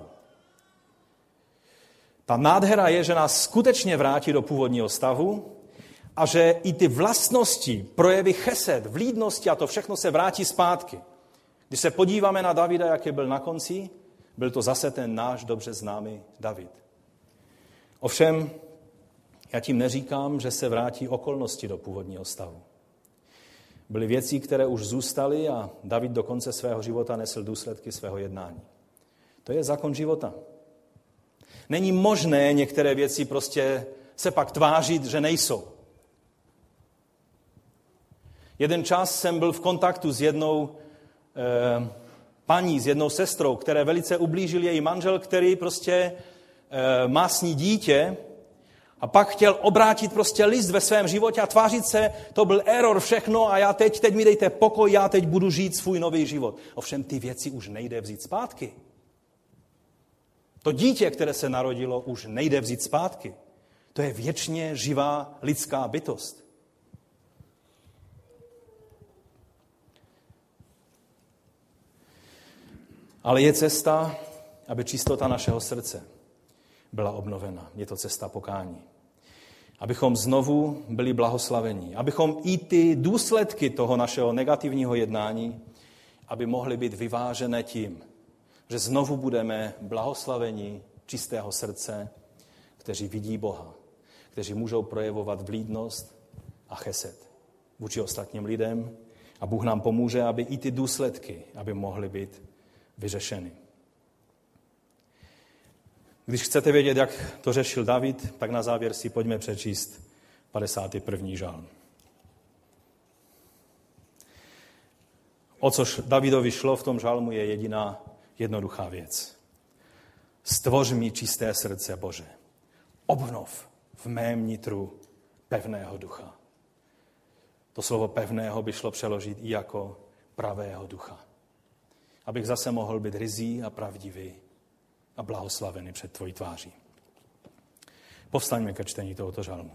Ta nádhera je, že nás skutečně vrátí do původního stavu a že i ty vlastnosti, projevy chesed, vlídnosti a to všechno se vrátí zpátky. Když se podíváme na Davida, jaký byl na konci, byl to zase ten náš dobře známý David. Ovšem, já tím neříkám, že se vrátí okolnosti do původního stavu. Byly věci, které už zůstaly a David do konce svého života nesl důsledky svého jednání. To je zákon života. Není možné některé věci prostě se pak tvářit, že nejsou. Jeden čas jsem byl v kontaktu s jednou eh, paní, s jednou sestrou, které velice ublížil její manžel, který prostě eh, má s ní dítě a pak chtěl obrátit prostě list ve svém životě a tvářit se, to byl error všechno a já teď, teď mi dejte pokoj, já teď budu žít svůj nový život. Ovšem ty věci už nejde vzít zpátky. To dítě, které se narodilo, už nejde vzít zpátky. To je věčně živá lidská bytost. Ale je cesta, aby čistota našeho srdce byla obnovena. Je to cesta pokání. Abychom znovu byli blahoslavení. Abychom i ty důsledky toho našeho negativního jednání, aby mohly být vyvážené tím, že znovu budeme blahoslavení čistého srdce, kteří vidí Boha, kteří můžou projevovat vlídnost a chesed. vůči ostatním lidem a Bůh nám pomůže, aby i ty důsledky, aby mohly být vyřešeny. Když chcete vědět, jak to řešil David, tak na závěr si pojďme přečíst padesátý první žalm. O což Davidovi šlo v tom žalmu je jediná jednoduchá věc. Stvoř mi čisté srdce, Bože. Obnov v mém nitru pevného ducha. To slovo pevného by šlo přeložit i jako pravého ducha. Abych zase mohl být ryzí a pravdivý a blahoslavený před tvojí tváří. Povstaňme ke čtení tohoto žalmu.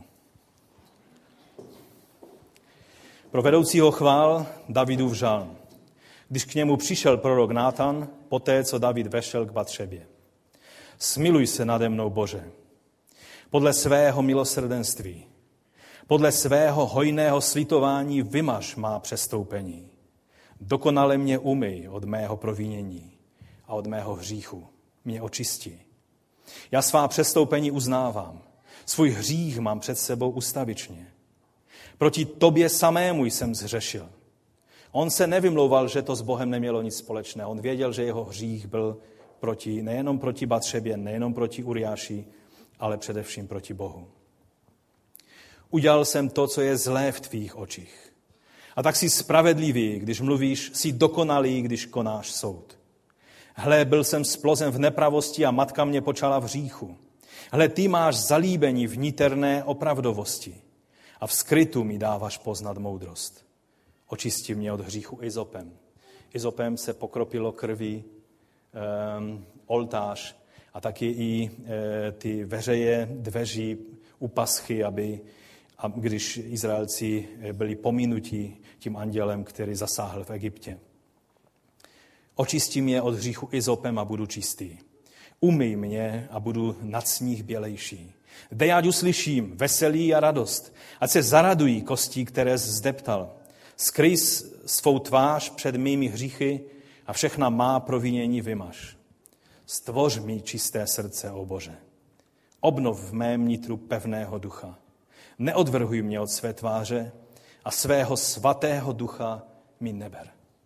Pro vedoucího chvál Davidův žalm. Když k němu přišel prorok Nátan, poté, co David vešel k Batšebě. Smiluj se nade mnou, Bože, podle svého milosrdenství, podle svého hojného slitování vymaž má přestoupení. Dokonale mě umyj od mého provinění a od mého hříchu. Mě očistí. Já svá přestoupení uznávám. Svůj hřích mám před sebou ustavičně. Proti tobě samému jsem zhřešil. On se nevymlouval, že to s Bohem nemělo nic společného. On věděl, že jeho hřích byl proti, nejenom proti Batšebě, nejenom proti Uriáši, ale především proti Bohu. Udělal jsem to, co je zlé v tvých očích. A tak jsi spravedlivý, když mluvíš, jsi dokonalý, když konáš soud. Hle, byl jsem splozen v nepravosti a matka mě počala v hříchu. Hle, ty máš zalíbení v niterné opravdovosti a v skrytu mi dáváš poznat moudrost. Očisti mě od hříchu izopem. Izopem se pokropilo krví um, oltář a taky i e, ty veřeje dveří u paschy, aby, a když Izraelci byli pominuti tím andělem, který zasáhl v Egyptě. Očisti mě od hříchu izopem a budu čistý. Umyj mě a budu nad sníh bělejší. Dej, ať uslyším veselí a radost, ať se zaradují kostí, které zdeptal. Skryj svou tvář před mými hříchy a všechna má provinění vymaž. Stvoř mi čisté srdce, o Bože. Obnov v mém nitru pevného ducha. Neodvrhuj mě od své tváře a svého svatého ducha mi neber.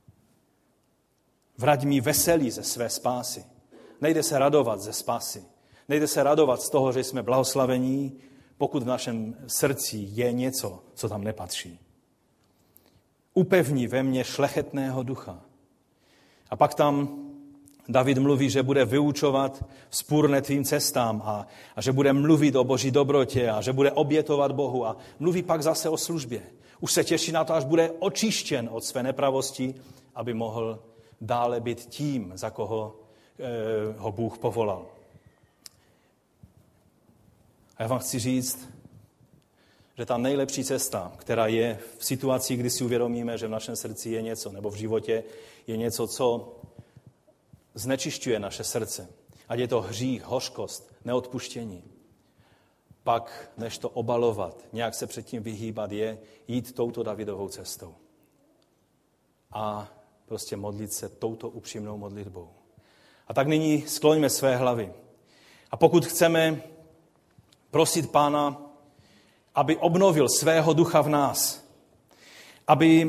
Vrať mi veselí ze své spásy. Nejde se radovat ze spásy. Nejde se radovat z toho, že jsme blahoslavení, pokud v našem srdci je něco, co tam nepatří. Upevni ve mně šlechetného ducha. A pak tam David mluví, že bude vyučovat vzpůrné tvým cestám a, a že bude mluvit o Boží dobrotě a že bude obětovat Bohu a mluví pak zase o službě. Už se těší na to, až bude očištěn od své nepravosti, aby mohl dále být tím, za koho eh, ho Bůh povolal. A já vám chci říct, že ta nejlepší cesta, která je v situaci, kdy si uvědomíme, že v našem srdci je něco, nebo v životě je něco, co znečišťuje naše srdce, ať je to hřích, hořkost, neodpuštění, pak, než to obalovat, nějak se předtím vyhýbat, je jít touto Davidovou cestou. A prostě modlit se touto upřímnou modlitbou. A tak nyní skloňme své hlavy. A pokud chceme prosit Pána, aby obnovil svého ducha v nás, aby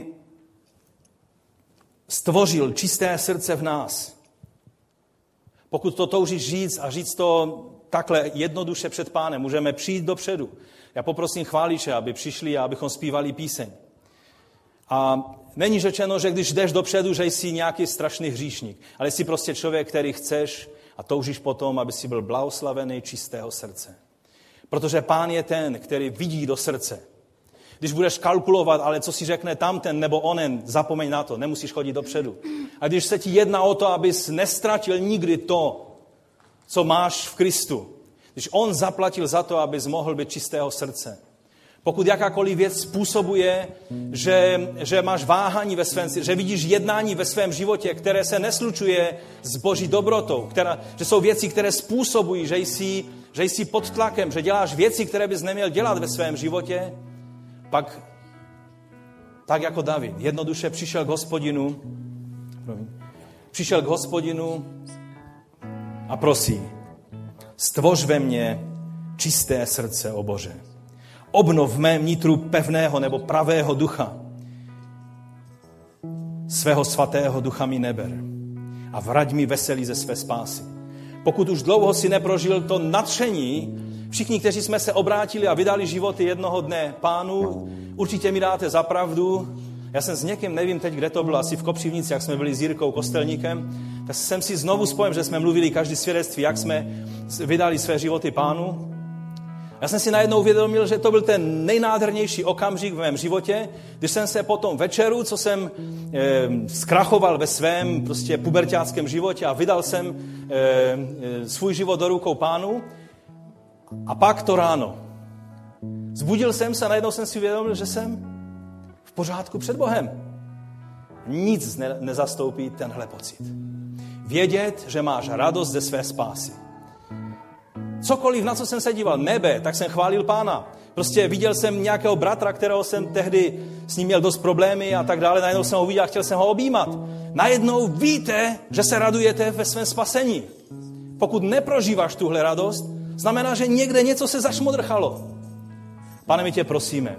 stvořil čisté srdce v nás, pokud to toužíš říct a říct to takhle jednoduše před Pánem, můžeme přijít dopředu. Já poprosím chváliče, aby přišli a abychom zpívali píseň. A není řečeno, že když jdeš dopředu, že jsi nějaký strašný hříšník, ale jsi prostě člověk, který chceš a toužíš potom, aby si byl blahoslavený čistého srdce. Protože Pán je ten, který vidí do srdce. Když budeš kalkulovat, ale co si řekne tamten nebo onen, zapomeň na to, nemusíš chodit dopředu. A když se ti jedná o to, abys nestratil nikdy to, co máš v Kristu, když on zaplatil za to, abys mohl být čistého srdce, pokud jakákoliv věc způsobuje, že, že máš váhání ve svém, že vidíš jednání ve svém životě, které se neslučuje s Boží dobrotou, která, že jsou věci, které způsobují, že jsi, že jsi pod tlakem, že děláš věci, které bys neměl dělat ve svém životě, pak tak jako David jednoduše přišel k Hospodinu, přišel k Hospodinu a prosí, stvoř ve mně čisté srdce, o Bože. Obnov v mém nitru pevného nebo pravého ducha. Svého svatého ducha mi neber. A vrať mi veselí ze své spásy. Pokud už dlouho si neprožil to nadšení, všichni, kteří jsme se obrátili a vydali životy jednoho dne Pánu, určitě mi dáte za pravdu. Já jsem s někým, nevím teď, kde to bylo, asi v Kopřivnici, jak jsme byli s Jirkou Kostelníkem, tak jsem si znovu spojil, že jsme mluvili každý svědectví, jak jsme vydali své životy Pánu. Já jsem si najednou uvědomil, že to byl ten nejnádhernější okamžik v mém životě, když jsem se po tom večeru, co jsem e, zkrachoval ve svém prostě puberťáckém životě a vydal jsem e, e, svůj život do rukou Pánu. A pak to ráno. Zbudil jsem se a najednou jsem si uvědomil, že jsem v pořádku před Bohem. Nic ne, nezastoupí tenhle pocit. Vědět, že máš radost ze své spásy. Cokoliv, na co jsem se díval, nebe, tak jsem chválil Pána. Prostě viděl jsem nějakého bratra, kterého jsem tehdy s ním měl dost problémy a tak dále. Najednou jsem ho viděl a chtěl jsem ho objímat. Najednou víte, že se radujete ve svém spasení. Pokud neprožíváš tuhle radost, znamená, že někde něco se zašmodrchalo. Pane, my tě prosíme,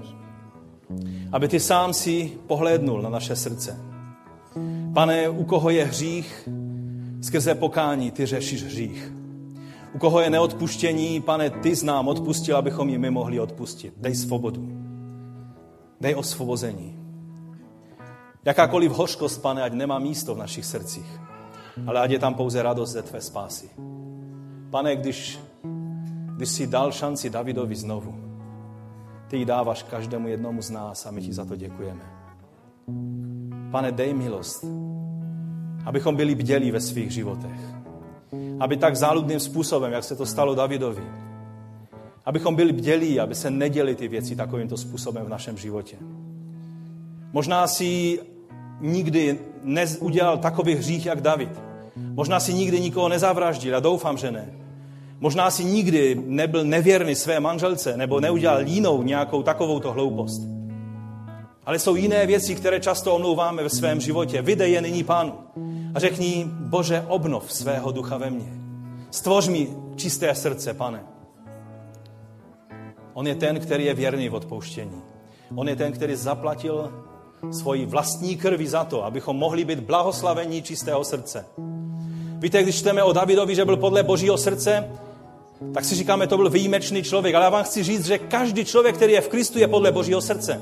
aby ty sám si pohlédnul na naše srdce. Pane, u koho je hřích, skrze pokání ty řešíš hřích. U koho je neodpuštění, Pane, ty jsi nám odpustil, abychom jim my mohli odpustit. Dej svobodu. Dej osvobození. Jakákoliv hořkost, Pane, ať nemá místo v našich srdcích, ale ať je tam pouze radost ze tvé spásy. Pane, když, když jsi dal šanci Davidovi znovu, ty ji dáváš každému jednomu z nás a my ti za to děkujeme. Pane, dej milost, abychom byli bdělí ve svých životech. Aby tak záludným způsobem, jak se to stalo Davidovi, abychom byli bdělí, aby se neděly ty věci takovýmto způsobem v našem životě. Možná si nikdy neudělal takový hřích, jak David. Možná si nikdy nikoho nezavraždil, já doufám, že ne. Možná si nikdy nebyl nevěrný své manželce, nebo neudělal jinou nějakou takovouto hloupost. Ale jsou jiné věci, které často omlouváme ve svém životě. Vydej je nyní Pánu. A řekni, Bože, obnov svého ducha ve mně. Stvoř mi čisté srdce, Pane. On je ten, který je věrný v odpouštění. On je ten, který zaplatil svoji vlastní krví za to, abychom mohli být blahoslavení čistého srdce. Víte, když čteme o Davidovi, že byl podle Božího srdce, tak si říkáme, to byl výjimečný člověk. Ale já vám chci říct, že každý člověk, který je v Kristu, je podle Božího srdce.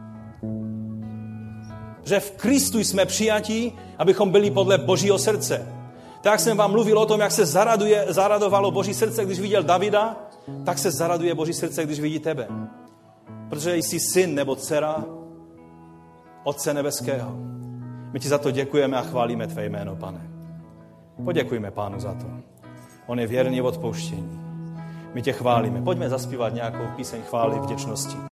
Že v Kristu jsme přijatí, abychom byli podle Božího srdce. Tak jsem vám mluvil o tom, jak se zaraduje, zaradovalo Boží srdce, když viděl Davida, tak se zaraduje Boží srdce, když vidí tebe. Protože jsi syn nebo dcera Otce nebeského. My ti za to děkujeme a chválíme tvé jméno, Pane. Poděkujme Pánu za to. On je věrný v odpouštění. My tě chválíme. Pojďme zaspívat nějakou píseň chvály, vděčnosti.